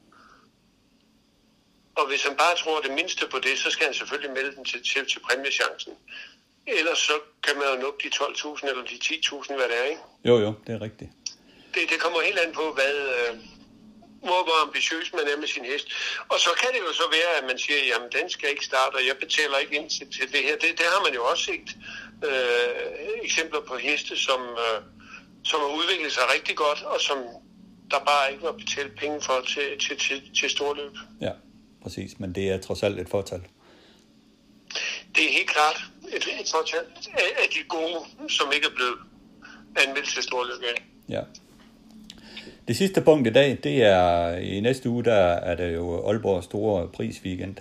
Og hvis han bare tror det mindste på det, så skal han selvfølgelig melde den til, til, til præmiechancen. Ellers så kan man jo nukke de tolv tusind eller de ti tusind, hvad det er, ikke? Jo, jo, det er rigtigt. Det, det kommer helt an på, hvad, øh, hvor, hvor ambitiøs man er med sin hest. Og så kan det jo så være, at man siger, jamen den skal ikke starte, og jeg betaler ikke ind til, til det her. Det, det har man jo også set øh, eksempler på heste, som, øh, som har udviklet sig rigtig godt, og som der bare ikke var betalt penge for til, til, til, til storløb. Ja, præcis. Men det er trods alt et fortal. Det er helt klart et, et fortal af, af de gode, som ikke er blevet anmeldt til storløb. Ja. Det sidste punkt i dag, det er i næste uge, der er det jo Aalborgs store prisweekend,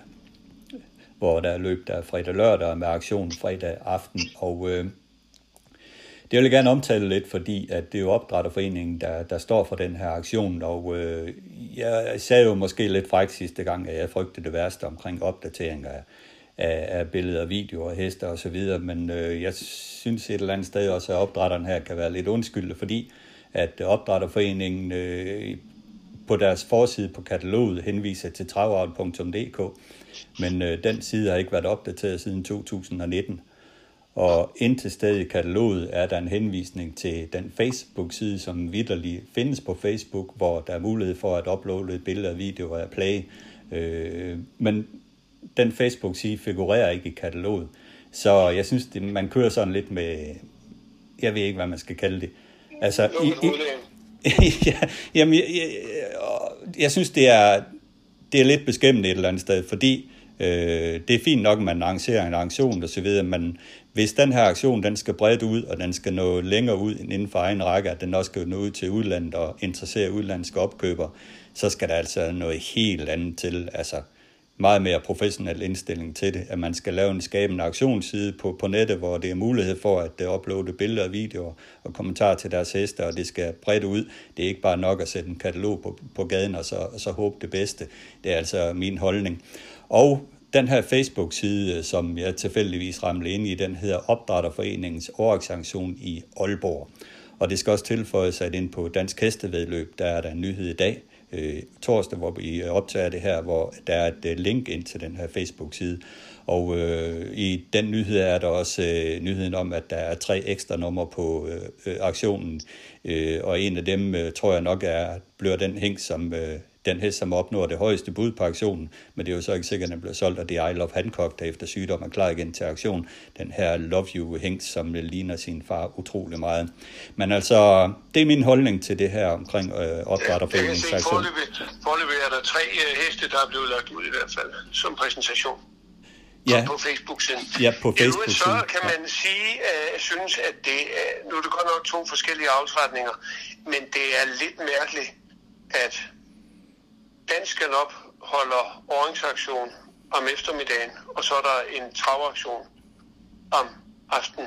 hvor der er løb der fredag lørdag med aktion fredag aften, og øh, det vil jeg gerne omtale lidt, fordi at det er jo Opdrætterforeningen, der, der står for den her aktion, og øh, jeg sagde jo måske lidt frækt sidste gang, at jeg frygtede det værste omkring opdatering af, af, af billeder og videoer og hester og så videre, men øh, jeg synes et eller andet sted også, at opdrætteren her kan være lidt undskyldte, fordi at Opdrætterforeningen øh, på deres forside på kataloget henviser til travavl punktum d k, men øh, den side har ikke været opdateret siden to tusind og nitten. Og indtil stedet i kataloget er der en henvisning til den Facebook-side, som vitterligt findes på Facebook, hvor der er mulighed for at uploade et billede og video af play. Øh, men den Facebook-side figurerer ikke i kataloget. Så jeg synes, det, man kører sådan lidt med, jeg ved ikke, hvad man skal kalde det. Altså, i, i, ja, jamen, jeg, jeg, jeg synes, det er, det er lidt beskæmmende et eller andet sted, fordi øh, det er fint nok, at man arrangerer en aktion og så videre, men hvis den her aktion, den skal bredt ud, og den skal nå længere ud inden for egen række, at den også skal nå ud til udlandet og interessere udlandske opkøbere, så skal der altså noget helt andet til, altså meget mere professionel indstilling til det, at man skal lave en skabende aktionsside på, på nettet, hvor det er mulighed for at uh, uploade billeder og videoer og kommentarer til deres heste, og det skal bredt ud. Det er ikke bare nok at sætte en katalog på, på gaden og så, og så håbe det bedste. Det er altså min holdning. Og den her Facebook-side, som jeg tilfældigvis ramler ind i, den hedder Opdrætterforeningens årsaktion i Aalborg. Og det skal også tilføjes, at ind på Dansk Hestevæddeløb, der er der en nyhed i dag, øh, torsdag, hvor vi optager det her, hvor der er et link ind til den her Facebook-side. Og øh, i den nyhed er der også øh, nyheden om, at der er tre ekstra numre på øh, aktionen, øh, og en af dem øh, tror jeg nok er, bliver den hængt som øh, den hest, som opnår det højeste bud på aktionen, men det er jo så ikke sikkert, at den bliver solgt, og det er I Love Hancock, der efter sygdom er klar igen til aktion. Den her Love You hængt, som ligner sin far utrolig meget. Men altså, det er min holdning til det her omkring øh, Opdrætterforeningens aktion. Foreløbig er der tre øh, heste, der er blevet lagt ud i hvert fald, som præsentation. Ja. På Facebook-siden. Ja, på Facebook-siden. Så kan man sige, at jeg synes, at det er, nu er det godt nok to forskellige afsretninger, men det er lidt mærkeligt, at Dansk Galop holder åringsaktion om eftermiddagen, og så er der en travaktion om aftenen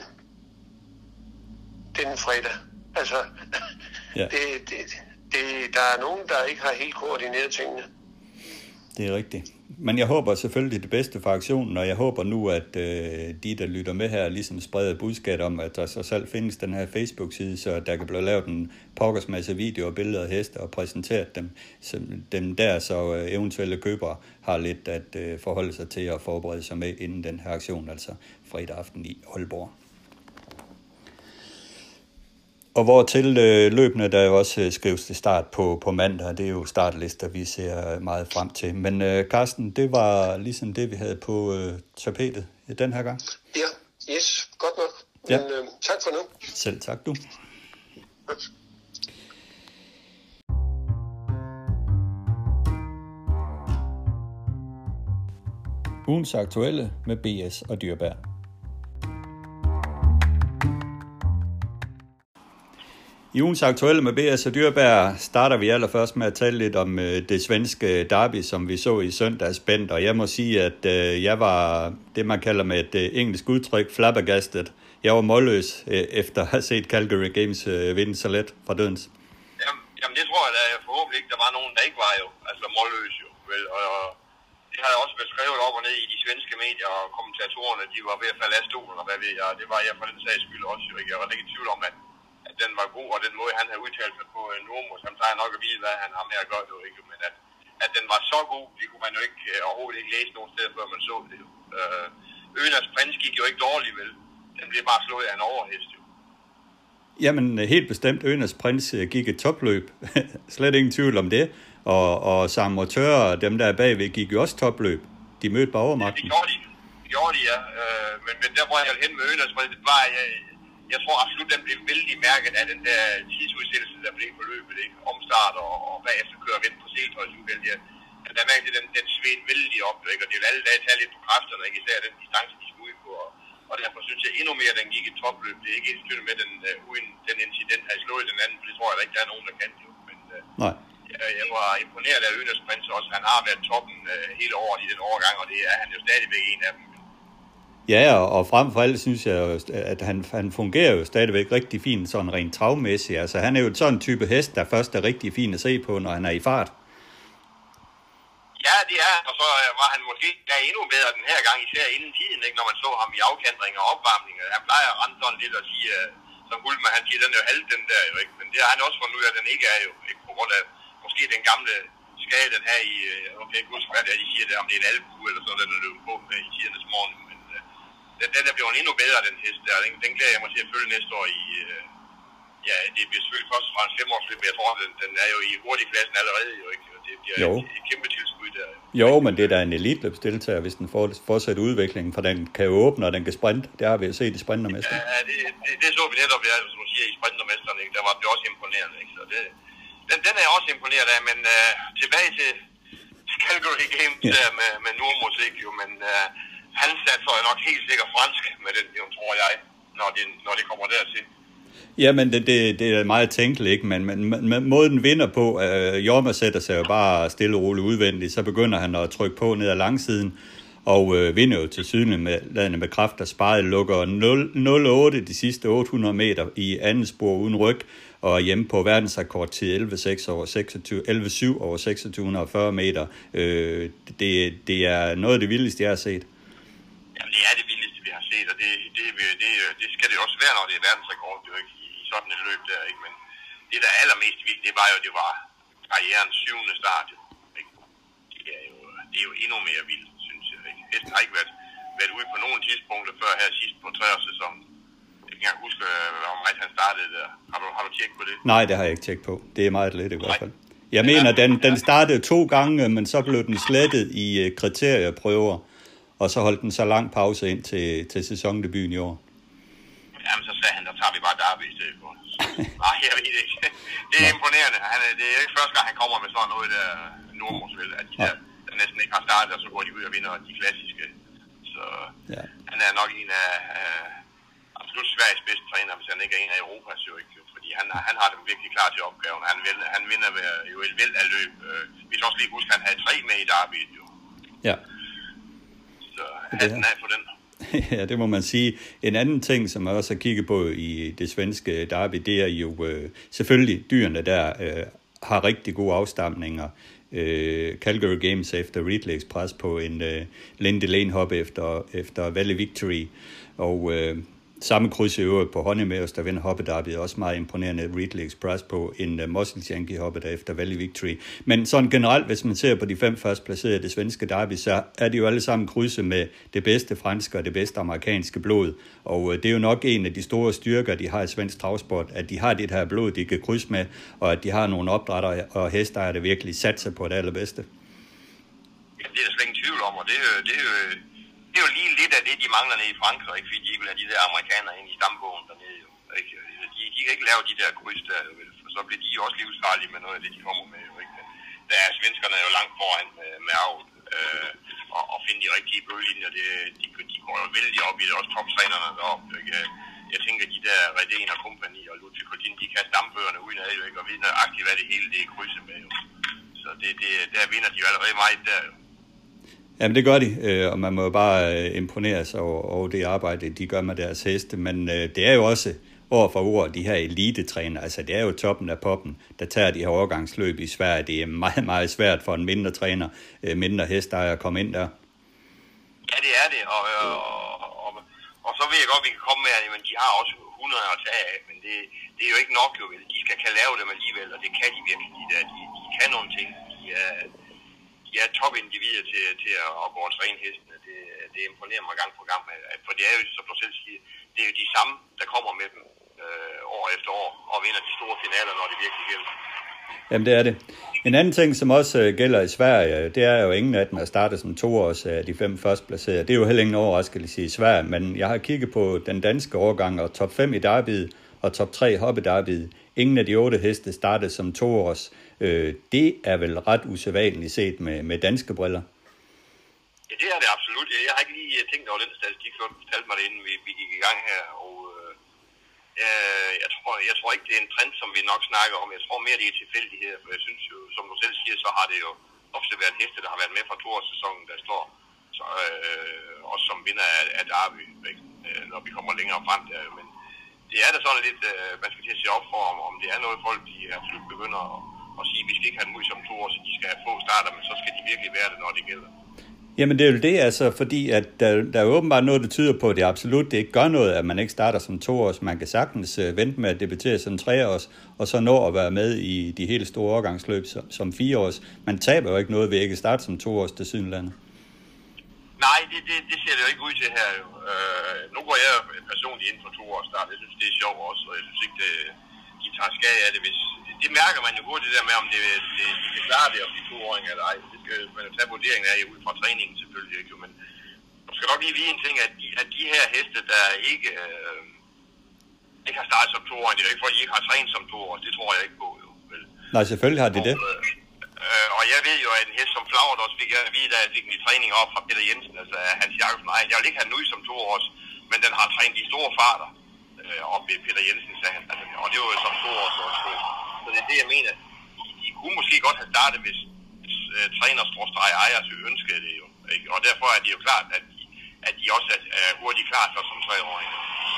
den fredag. Altså, ja. det, det, det, der er nogen, der ikke har helt koordineret tingene. Det er rigtigt. Men jeg håber selvfølgelig det bedste for aktionen, og jeg håber nu, at øh, de, der lytter med her, ligesom spreder budskab om, at der så selv findes den her Facebook-side, så der kan blive lavet en pokkers masse videoer, billeder af heste og præsenteret dem, så, dem der, så øh, eventuelle købere har lidt at øh, forholde sig til at forberede sig med inden den her aktion, altså fredag aften i Aalborg. Og hvor til øh, løbende, der jo også øh, skrives til start på, på mandag, det er jo startlister, vi ser meget frem til. Men øh, Carsten, det var ligesom det, vi havde på øh, tapetet den her gang. Ja, yes, godt nok. Men, ja. øh, tak for nu. Selv tak, du. Ugens aktuelle med B S og Dyrbær. I ugens aktuelle med B S og Dyrbær starter vi allerførst med at tale lidt om øh, det svenske derby, som vi så i søndags Bent, og jeg må sige, at øh, jeg var det, man kalder med et øh, engelsk udtryk, flabbergastet. Jeg var målløs øh, efter at have set Calgary Games øh, vinde så let fra dødens. Jamen, jamen det tror jeg da forhåbentlig ikke, der var nogen, der ikke var jo, altså målløs jo, vel, og, og det har jeg også beskrevet op og ned i de svenske medier, og kommentatorerne, de var ved at falde af stolen, og hvad ved jeg. Det var jeg for den sags skyld også, jo ikke. Jeg var ikke i tvivl om, at, at den var god, og den måde, han havde udtalt sig på Nordmos, han plejer nok at vide, hvad han har med at gøre, jo ikke. Men at, at den var så god, det kunne man jo ikke overhovedet ikke læse nogen steder, før man så det jo. Øh, Ønas Prins gik jo ikke dårligt, vel. Den blev bare slået af en overhest, jo. Jamen, helt bestemt, Ønas Prins gik et topløb. Slet ingen tvivl om det. Og, og Sam Motør og dem der bagved gik jo også topløb. De mødte bare overmagten. Ja, det gjorde de. Det gjorde de, ja. Øh, men, men der, hvor jeg ville hen med Ønas Prins, det var, jeg, jeg tror absolut, den blev vældig mærket af den der tidsudsættelse, der blev på løbet, ikke? Omstart og, og bagefter kører vind på Seltøjsuvel. Ja. Der mærkte den, den svedte vældig op, ikke? Og det ville alle dage tage lidt på kræfterne, ikke? Især den distance, de skulle ud på. Og, og derfor synes jeg endnu mere, at den gik et topløb. Det er ikke et med den, uh, uden den incident, havde slået den anden, for det tror jeg da ikke, der er nogen, der kan det. Men uh, Nej. Jeg, jeg var imponeret af Ønas Prins også. Han har været toppen uh, hele året i den overgang, og det er han jo stadigvæk en af dem. Ja, og frem for alt synes jeg, at han, han fungerer jo stadigvæk rigtig fint, sådan rent travmæssigt. Altså, han er jo sådan en type hest, der først er rigtig fin at se på, når han er i fart. Ja, det er, og så var han måske der endnu bedre den her gang, især inden tiden, ikke, når man så ham i afkantring og opvarmning. Han plejer at rende sådan lidt og sige, som Hultmann, han siger, den er jo halv, den der jo ikke. Men det har han også fundet ud af, at den ikke er jo, ikke på grund af måske den gamle skade, den her i, jeg kan ikke huske, hvad det er, de siger, det, om det er en albu eller sådan, den er løbet på med i tidernes morgen. Men uh, den, den er blevet endnu bedre, den hest der. Den, den glæder jeg mig til at følge næste år i, uh, ja, det bliver selvfølgelig først fra en femårsløb, men jeg tror, den, den er jo i hurtigklassen allerede jo ikke. Det bliver jo. Et, et kæmpe tilskud der. Jo, men det er da en eliteløbsdeltager, hvis den fortsætter udviklingen, for den kan jo åbne, og den kan sprinte. Det har vi jo set i sprintermesteren. Ja, det, det, det så vi netop, ja, som du siger, i sprintermesteren, ikke? Der var det også imponerende, ikke? Så det, den, den er jeg også imponeret af, men uh, tilbage til Calgary Games ja. Der med, med Nordmos, ikke jo, men uh, han satser nok helt sikkert fransk med den, jo, tror jeg, når det, når det kommer dertil. Jamen, det, det, det er meget tænkeligt, ikke? Men, men, men måden den vinder på, øh, Jorma sætter sig jo bare stille og roligt udvendigt, så begynder han at trykke på ned ad langsiden, og øh, vinder jo til syden med, ladende med kræfter sparet, lukker nul otte de sidste otte hundrede meter i anden spor uden ryg, og er hjemme på verdensrekord til elleve syv over seksogtyve fyrre meter. Øh, det, det er noget af det vildeste, jeg har set. Jamen, det er det vildeste, vi har set, og det, det, det, det skal det også være, når det er verdensrekord, det er jo ikke sådan et løb der, ikke? Men det, der er allermest vildt, det var jo, det var karrierens syvende start, jo, ikke? Det er jo, det er jo endnu mere vildt, synes jeg, ikke? Hesten har ikke været, været ude på nogle tidspunkter før her sidst på treårssæsonen. Jeg kan ikke huske, hvor meget han startede der. Har du, har du tjekket på det? Nej, det har jeg ikke tjekket på. Det er meget lidt i hvert fald. Jeg mener, den, den startede to gange, men så blev den slettet i kriterieprøver, og så holdt den så lang pause ind til, til sæsondebuten i år. Jamen, så sagde han, der tager vi bare Derby i stedet for. Nej, jeg ved det ikke. Det er imponerende. Han, det er ikke første gang, han kommer med sådan noget der Nordmosvel, at de der, der næsten ikke har startet, og så går de ud og vinder de klassiske. Så ja. Han er nok en af uh, absolut Sveriges bedste træner, hvis han ikke er en af Europas, jo ikke. Fordi han, han har dem virkelig klar til opgaven. Han, vil, han vinder ved, jo et væld af løb. Vi skal også lige huske, at han havde tre med i Derby, jo. Ja. Så hatten af for den. Ja, det må man sige. En anden ting, som jeg også har kigget på i det svenske derby, det er jo øh, selvfølgelig dyrene, der øh, har rigtig gode afstamninger. Øh, Calgary Games efter Ridley Express på en øh, Lindy Lane hop efter, efter Valley Victory, og øh, samme kryds i øvrigt på Honeymeadows, der vinder hoppet derby, er også meget imponerende. Ridley Express på en uh, Muscle Yankee hoppet der efter Valley Victory. Men sådan generelt, hvis man ser på de fem først placerede det svenske derby, så er de jo alle sammen krydset med det bedste franske og det bedste amerikanske blod. Og uh, det er jo nok en af de store styrker, de har i svensk travsport, at de har det her blod, de kan krydse med, og at de har nogle opdrætter og hester, der virkelig satser på det allerbedste. Ja, det er der slet ingen tvivl om, og det er jo... Det er jo Det er jo lige lidt af det, de mangler nede i Frankrig, ikke? Fordi de ikke vil have de der amerikanere ind i stambogen dernede, jo. Ikke? De, de kan ikke lave de der kryds der, jo, for så bliver de jo også livsfarlige med noget af det, de kommer med, jo, ikke? Der er svenskerne jo langt foran med, med avl, øh, og, og finde de rigtige blodlinjer, det, de, de går jo vældig op i det, også toptrænerne deroppe, ikke? Jeg tænker, de der Redén og kompagni og Ludvig Kodin, de kan stambøgerne uden ad, jo, ikke? Og ved nøjagtigt, hvad det hele det er krydset med, jo. Så det, det, der vinder de jo allerede meget der, jo. Jamen det gør de, og man må jo bare imponere sig over, over det arbejde, de gør med deres heste, men det er jo også år for år, de her elitetræner, altså det er jo toppen af poppen, der tager de her overgangsløb i Sverige. Det er meget, meget svært for en mindre træner, mindre hestejer at komme ind der. Ja, det er det, og, og, og, og så ved jeg godt, at vi kan komme med, men de har også hundrede at tage af, men det, det er jo ikke nok, jo vel. De skal kan lave dem alligevel, og det kan de virkelig, de der. De, de kan nogle ting. De er, de er topindivider til, til at, at gå og træne hestene. Det, det imponerer mig gang på gang, for det er jo, som du selv siger, det er jo de samme, der kommer med dem øh, år efter år, og vinder de store finaler, når det virkelig gælder. Jamen det er det. En anden ting, som også gælder i Sverige, det er jo ingen af dem at starte som toårs af de fem førstplacerede. Det er jo heller ingen overraskelse i Sverige, men jeg har kigget på den danske årgang, og top fem i derbyet og top tre hoppe derbyet. Ingen af de otte heste startede som toårs. Det er vel ret usædvanligt set med, med danske briller. Ja, det er det absolut. Jeg har ikke lige tænkt over den statistik, før du fortalte mig det, inden vi, vi gik i gang her, og øh, jeg, tror, jeg tror ikke, det er en trend, som vi nok snakker om. Jeg tror mere, det er tilfældigheder, for jeg synes jo, som du selv siger, så har det jo ofte været heste, der har været med fra toårssæsonen, der står så, øh, også som vinder af, af derby, øh, når vi kommer længere frem der. Men det er da sådan lidt, øh, man skal til at se op for, om, om det er noget folk, de absolut begynder at, at sige, at vi skal ikke have dem ud som toårs, så de skal have få starter, men så skal de virkelig være det, når det gælder. Jamen det er jo det, altså, fordi at der, der er åbenbart noget, der tyder på, at det absolut det ikke gør noget, at man ikke starter som toårs. Man kan sagtens uh, vente med at debutere som treårs, og så nå at være med i de helt store årgangsløb som, som fireårs. Man taber jo ikke noget ved ikke at starte som toårs til Sydlandet. Nej, det, det, det ser det jo ikke ud til her. Øh, nu går jeg personligt ind for toårs start. Jeg synes, det er sjovt også, og jeg synes ikke, det, de tager skade af det. Hvis, det mærker man jo godt, det der med, om det, det, de kan klare det om de toåringer eller ej. Det skal man jo tage vurderingen af ud fra træningen selvfølgelig, ikke? Men du skal nok lige vide en ting, at de, at de her heste, der ikke, øh, ikke har startet som toåringer, det er ikke for, at de ikke har trænet som toårs. Det tror jeg ikke på, jo. Vel? Nej, selvfølgelig har de det. Og, øh, og jeg ved jo, at en hest som Flavert også fik at vide, da jeg fik en træning op fra Peter Jensen, altså Hans Jacobsen, nej, jeg vil ikke have den ud som toårs, men den har trænet de store farter øh, op ved Peter Jensen, sagde han. Altså, og det var jo som toårs også. Så det er det, jeg mener. De, de kunne måske godt have startet, hvis, hvis uh, træner-stråstreg ejer så ønskede det jo. Ikke? Og derfor er det jo klart, at de, at de også er, er hurtigt klar så som treårige.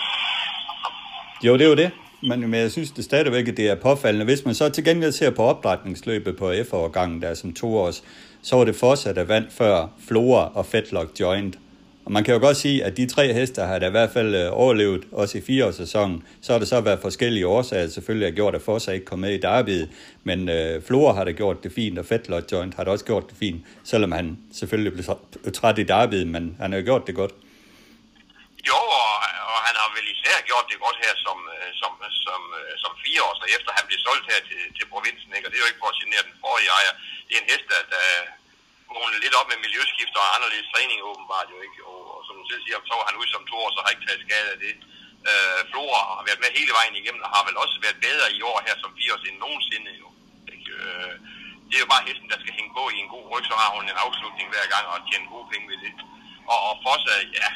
Jo, det er jo det. Men, men jeg synes det stadigvæk, at det er påfaldende. Hvis man så til gengæld ser på opdrætningsløbet på F-årgangen, der er som toårs, så var det fortsat af vand før Flora og Fetlock Joint. Og man kan jo godt sige, at de tre heste har da i hvert fald overlevet, også i fireårssæsonen. Så har det så været forskellige årsager. Selvfølgelig har gjort, at Fossa ikke kom med i derbyet. Men øh, Flora har da gjort det fint, og Fetlock Joint har da også gjort det fint. Selvom han selvfølgelig blev træt i derbyet, men han har gjort det godt. Jo, og, og han har vel især gjort det godt her som, som, som, som fire år, så efter han blev solgt her til, til provinsen, ikke? Og det er jo ikke for at genere den forrige ejer. Det er en hest, der, der vågner lidt op med miljøskifter og anderledes træning åbenbart jo ikke. Og, og som du selv siger, så var han ud som to år, så har ikke taget skade af det. Øh, Flora har været med hele vejen igennem, og har vel også været bedre i år her som fire år end nogensinde jo. Ikke? Øh, det er jo bare hesten, der skal hænge på i en god ryg, så har hun en afslutning hver gang og tjene gode penge ved det. Og, og Fossa, ja,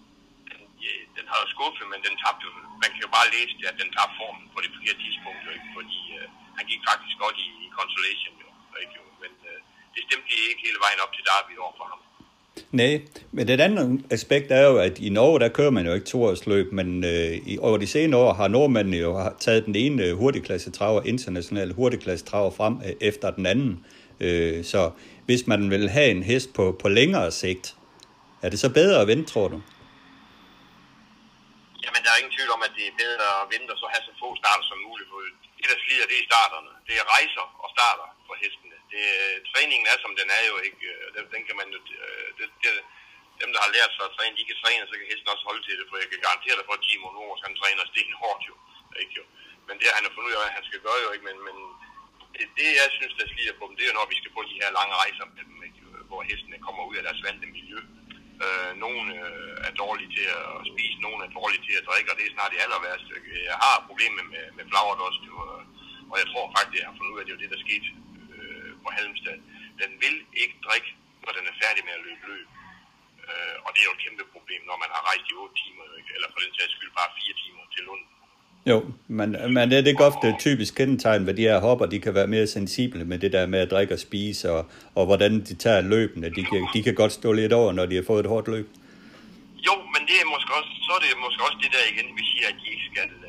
den har jo skuffet, men den tabte jo. Man kan jo bare læse det, at den tabte formen på det forkerte tidspunkt, jo ikke? Fordi øh, han gik faktisk godt i, i consolation, jo, ikke? Jo. Men øh, det stemte ikke hele vejen op til derby over for ham. Nej, men det andet aspekt er jo, at i Norge, der kører man jo ikke toårsløb, men øh, i, over de senere år har nordmændene jo taget den ene hurtigklassetraver, internationale hurtigklassetraver frem øh, efter den anden. Øh, så hvis man vil have en hest på, på længere sigt, er det så bedre at vente, tror du? Jamen, der er ingen tvivl om, at det er bedre at vente og så have så få starter som muligt. For det, der slider, det er starterne. Det er rejser og starter for hestene. Det, træningen er, som den er jo ikke. Den, den kan man jo, det, det, dem, der har lært sig at træne, de kan træne, så kan hesten også holde til det. For jeg kan garantere dig for, at Timo Nors, han træner sten hårdt jo. Ikke jo. Men det har han jo fundet ud af, at han skal gøre jo ikke. Men, men det, det, jeg synes, der slider på dem, det er jo, når vi skal på de her lange rejser med dem, ikke? Hvor hestene kommer ud af deres vante miljø. Øh, nogle øh, er dårlige til at spise, nogle er dårlige til at drikke, og det er snart det aller værste. Jeg har problemer med, med Flavert også, jo, og jeg tror faktisk, at jeg har fundet ud af, at det er det, der skete øh, på Halmstad. Den vil ikke drikke, når den er færdig med at løbe løb. Øh, og det er jo et kæmpe problem, når man har rejst i otte timer, ikke? Eller for den sags skyld bare fire timer til Lund. Jo, men, men det er ikke ofte et typisk kendetegn ved de her hopper. De kan være mere sensible med det der med at drikke og spise, og, og hvordan de tager løbene. De kan, de kan godt stå lidt over, når de har fået et hårdt løb. Jo, men det er måske også, så er det måske også det der igen, vi siger, at de ikke skal, øh,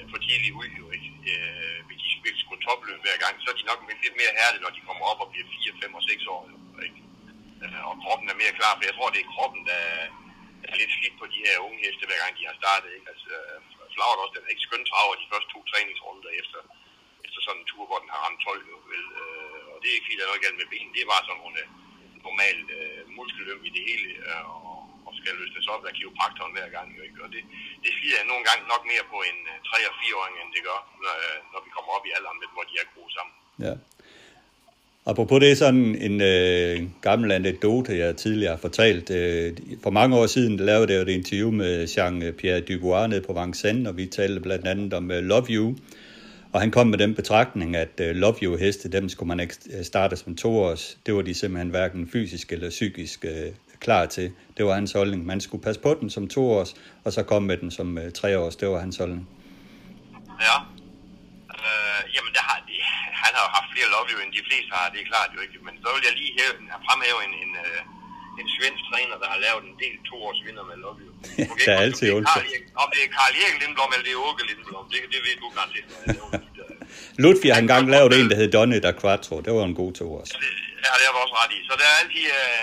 for tidligt ud, jo ikke. Øh, hvis de skal skulle topløbe hver gang, så er de nok lidt mere hærlige, når de kommer op og bliver fire, fem og seks år, jo, ikke. Øh, og kroppen er mere klar, for jeg tror, det er kroppen, der er lidt skidt på de her unge heste, hver gang de har startet, ikke. Altså, Flaut også, den er ikke skønt traver de første to træningsrunder efter, efter sådan en tur, hvor den har ramt tolv, jo, vel. Øh, og det er ikke fordi, der er noget galt med benen, det er bare sådan nogle normal øh, muskeløm i det hele, øh, og, og skal løsnes op af kiropraktoren hver gang, jo, ikke. Og det, det slider nogle gange nok mere på en uh, tre- og fire-åring, end det gør, når, når vi kommer op i alderen, hvor de er gode sammen. Ja. Apropos det er sådan en øh, gammel anekdote, jeg tidligere har fortalt. Øh, for mange år siden lavede jeg et interview med Jean-Pierre Dubois nede på Vincennes, og vi talte blandt andet om uh, Love You. Og han kom med den betragtning, at uh, Love You-heste, dem skulle man ikke starte som toårs. Det var de simpelthen hverken fysisk eller psykisk uh, klar til. Det var hans holdning. Man skulle passe på den som toårs, og så komme med den som uh, treårs. Det var hans holdning. Ja. Øh, jamen, der har de, han har jo haft flere Love You, end de fleste har, det er klart jo ikke. Men så vil jeg lige hæve, fremhæve en, en, en, en svensk træner, der har lavet en del toårs vinder med Love You. Okay, der er altid ondt. Om det er Karl Erik Lindblom, eller det er Åke Lindblom, det, det ved du garanteret. Ludvig har engang lavet en, der hed Donne da Quattro. Det var en god toårs. Ja, det har du også ret i. Så der er altid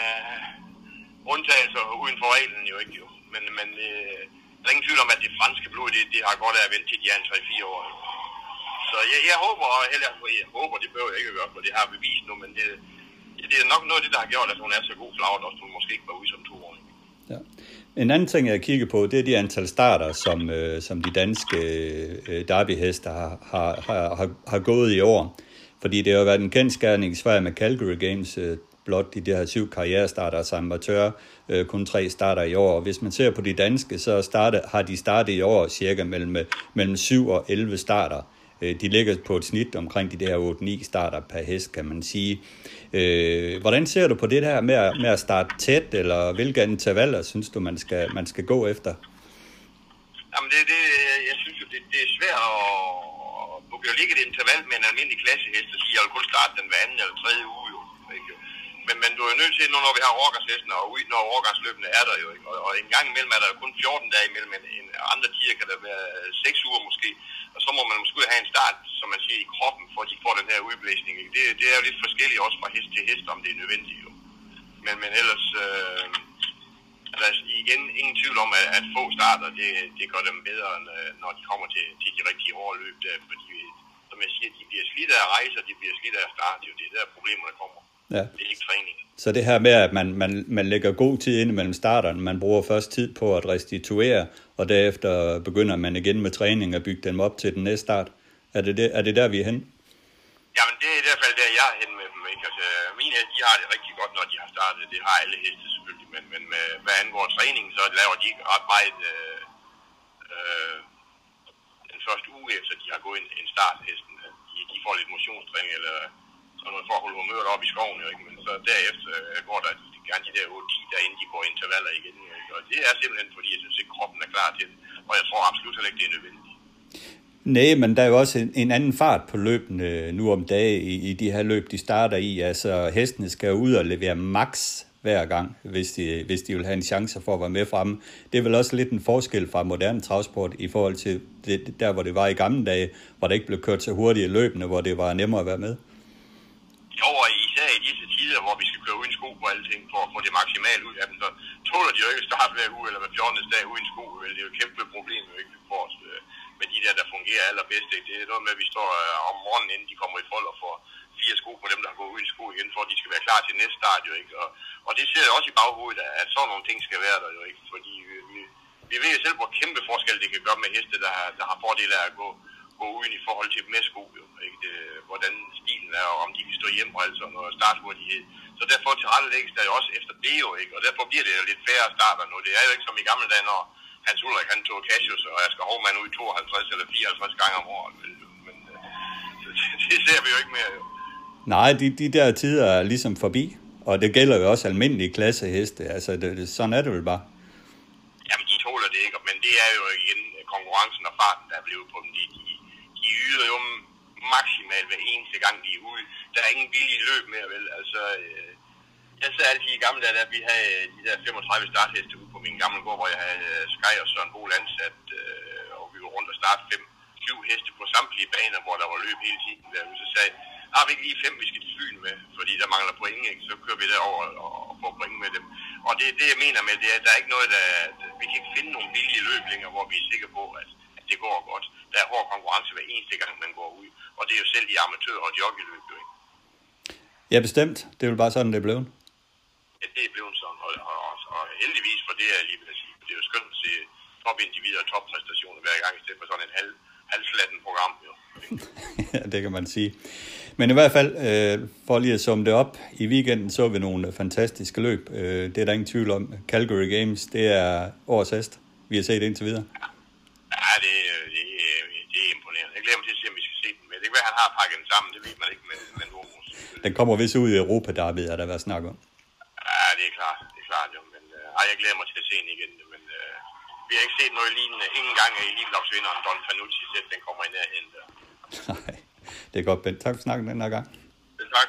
øh, undtagelser uden for reglen jo ikke jo. Men, men øh, der er ingen tvivl om, at det franske blod, det, det har godt af at vente til de er en tre fire år. Så jeg, jeg håber, heller, jeg håber, det behøver jeg ikke at gøre, for det har bevist nu, men det, det er nok noget af det, der har gjort, at hun er så god Flaut, også hun måske ikke var ude som to år. Ja. En anden ting, jeg kigger på, det er de antal starter, som, øh, som de danske øh, derbyheste har, har, har, har gået i år. Fordi det har jo været en kendskærning i Sverige med Calgary Games, øh, blot de der her syv karrierestarter som amatør, øh, kun tre starter i år. Og hvis man ser på de danske, så starte, har de startet i år cirka mellem, mellem syv og elleve starter. De ligger på et snit omkring de der otte ni starter per hest, kan man sige. Øh, hvordan ser du på det der med at, med at starte tæt, eller hvilke intervaller synes du, man skal, man skal gå efter? Jamen, det, det, jeg synes jo, det, det er svært at... Du kan jo ligge et interval med en almindelig klassehest og sige, at jeg vil kun starte den hver anden eller tredje uge, jo. Ikke? Men, men du er nødt til, nu når vi har overgangshesten, og når overgangsløbene er der jo, ikke? Og, og en gang imellem er der jo kun fjorten dage imellem, en, en andre tider kan der være seks uger måske. Og så må man måske have en start, som man siger, i kroppen, for at de får den her udblæsning. Det, det er jo lidt forskelligt også fra hest til hest, om det er nødvendigt jo. Men, men ellers, øh, altså igen, ingen tvivl om, at, at få starter, det, det gør dem bedre, når de kommer til, til de rigtige overløb. Der, fordi, som jeg siger, de bliver slidt af at rejse, og de bliver slidt af at starte. Jo. Det er der problemerne kommer. Ja. Det er ikke træning. Så det her med, at man, man, man lægger god tid ind mellem starterne, man bruger først tid på at restituere, og derefter begynder man igen med træning og bygge dem op til den næste start. Er det, det, er det der, vi er henne? Jamen, det er i hvert fald der, jeg er henne med dem. Ikke? Altså, mine heste, de har det rigtig godt, når de har startet. Det har alle heste selvfølgelig, men, men med, hvad angår træning, så laver de ikke ret meget øh, øh, den første uge efter, de har gået en, en starthesten. De, de får lidt motionstræning, eller sådan noget for at holde humøret op i skoven, jo, ikke? Men så derefter går der gerne de der otte ti, der inden de går intervaller igen, jo, ikke? Og det er simpelthen, fordi jeg synes ikke, kroppen er klar til det, og jeg tror absolut heller ikke, det er nødvendigt. Nej, men der er jo også en, en anden fart på løbene nu om dagen i, i de her løb, de starter i. Altså, hestene skal ud og levere max hver gang, hvis de, hvis de vil have en chance for at være med fremme. Det er vel også lidt en forskel fra moderne travsport i forhold til det, der, hvor det var i gamle dage, hvor det ikke blev kørt så hurtigt i løbene, hvor det var nemmere at være med. Jo, og især i disse tider, hvor vi skal køre uden sko på alle ting, for at få det maksimalt ud af dem, så tåler de jo ikke at starte hver uge eller hver fjortende dag uden sko. Det er jo et kæmpe problem, jo ikke for os, med de der, der fungerer allerbedst. Det er noget med, at vi står om morgenen, inden de kommer i fold, og får fire sko på dem, der har gået uden sko igen, for at de skal være klar til næste start, jo ikke. Og, og det ser jeg også i baghovedet, at sådan nogle ting skal være der, jo ikke. Fordi vi, vi ved jo selv, hvor kæmpe forskel det kan gøre med heste, der har, der har fordele af at gå gå uden i forhold til med sko, jo, ikke? Det, hvordan stilen er, og om de kan stå hjemme og altså noget starthurtighed. Så derfor tilrettelægges der jo også efter det, jo, ikke? Og derfor bliver det jo lidt færre starter nu. Det er jo ikke som i gamle dage, når Hans Ulrik han tog Cassius, og jeg skal Hovmand ud tooghalvtreds eller fireoghalvtreds gange om året. Men så det, det ser vi jo ikke mere, jo. Nej, de, de der tider er ligesom forbi, og det gælder jo også almindelige klasseheste. Altså, det, det, sådan er det vel bare. Jamen, de tåler det ikke, men det er jo igen konkurrencen og farten, der er blevet på dem. De, de, de yder jo maksimalt hver eneste gang, de er ude. Der er ingen billige løb mere, vel? Altså, øh, jeg sagde altid i gamle dage, at vi havde de der femogtredive startheste ude på min gamle gård, hvor jeg havde Sky og Søren Bol ansat, øh, og vi var rundt og starte fem syv heste på samtlige baner, hvor der var løb hele tiden. Der, så sagde har vi ikke lige fem, vi skal til Fyn med, fordi der mangler point, ikke? Så kører vi derover og, og får point med dem. Og det er det, jeg mener med det, at der er ikke noget, der... Vi kan ikke finde nogle billige løb længere, hvor vi er sikre på, at, at det går godt. Der er hård konkurrence hver eneste gang, man går ud. Og det er jo selv de amatører og joggeløb, jo ikke? Ja, bestemt. Det er jo bare sådan, det er blevet. Ja, det er blevet sådan. Og, og, og, og heldigvis for det, er jeg lige vil sige. Det er jo skønt at se topindivider og toppræstationer hver gang, i stedet for sådan et halv, halvslatten program, jo. Ja, det kan man sige. Men i hvert fald, øh, for lige at summe det op, i weekenden så vi nogle fantastiske løb. Øh, det er der ingen tvivl om. Calgary Games, det er årets hest. Vi har set det indtil videre. Ja, det, det, det er imponerende. Jeg glæder mig til at se, om vi skal se den med. Det kan være, han har pakket den sammen, det ved man ikke med, med Normos. Den kommer vist ud i Europa, der er der været snak om. Ja, det er klart. Det er klart, jo. Men øh, ej, jeg glæder mig til at se den igen. Men øh, vi har ikke set noget lignende. Ingen gang i Elitloppsvinderen Don Fanucci, selv den kommer i nærheden der. Nej, det er godt, Bent. Tak for snakken den her gang. Tak.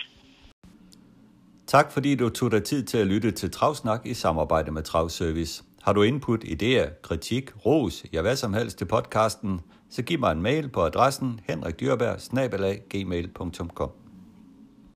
Tak fordi du tog dig tid til at lytte til Travsnak i samarbejde med Travservice. Har du input, idéer, kritik, ros, ja hvad som helst til podcasten, så giv mig en mail på adressen henrik dyrberg snabel-a gmail punktum com.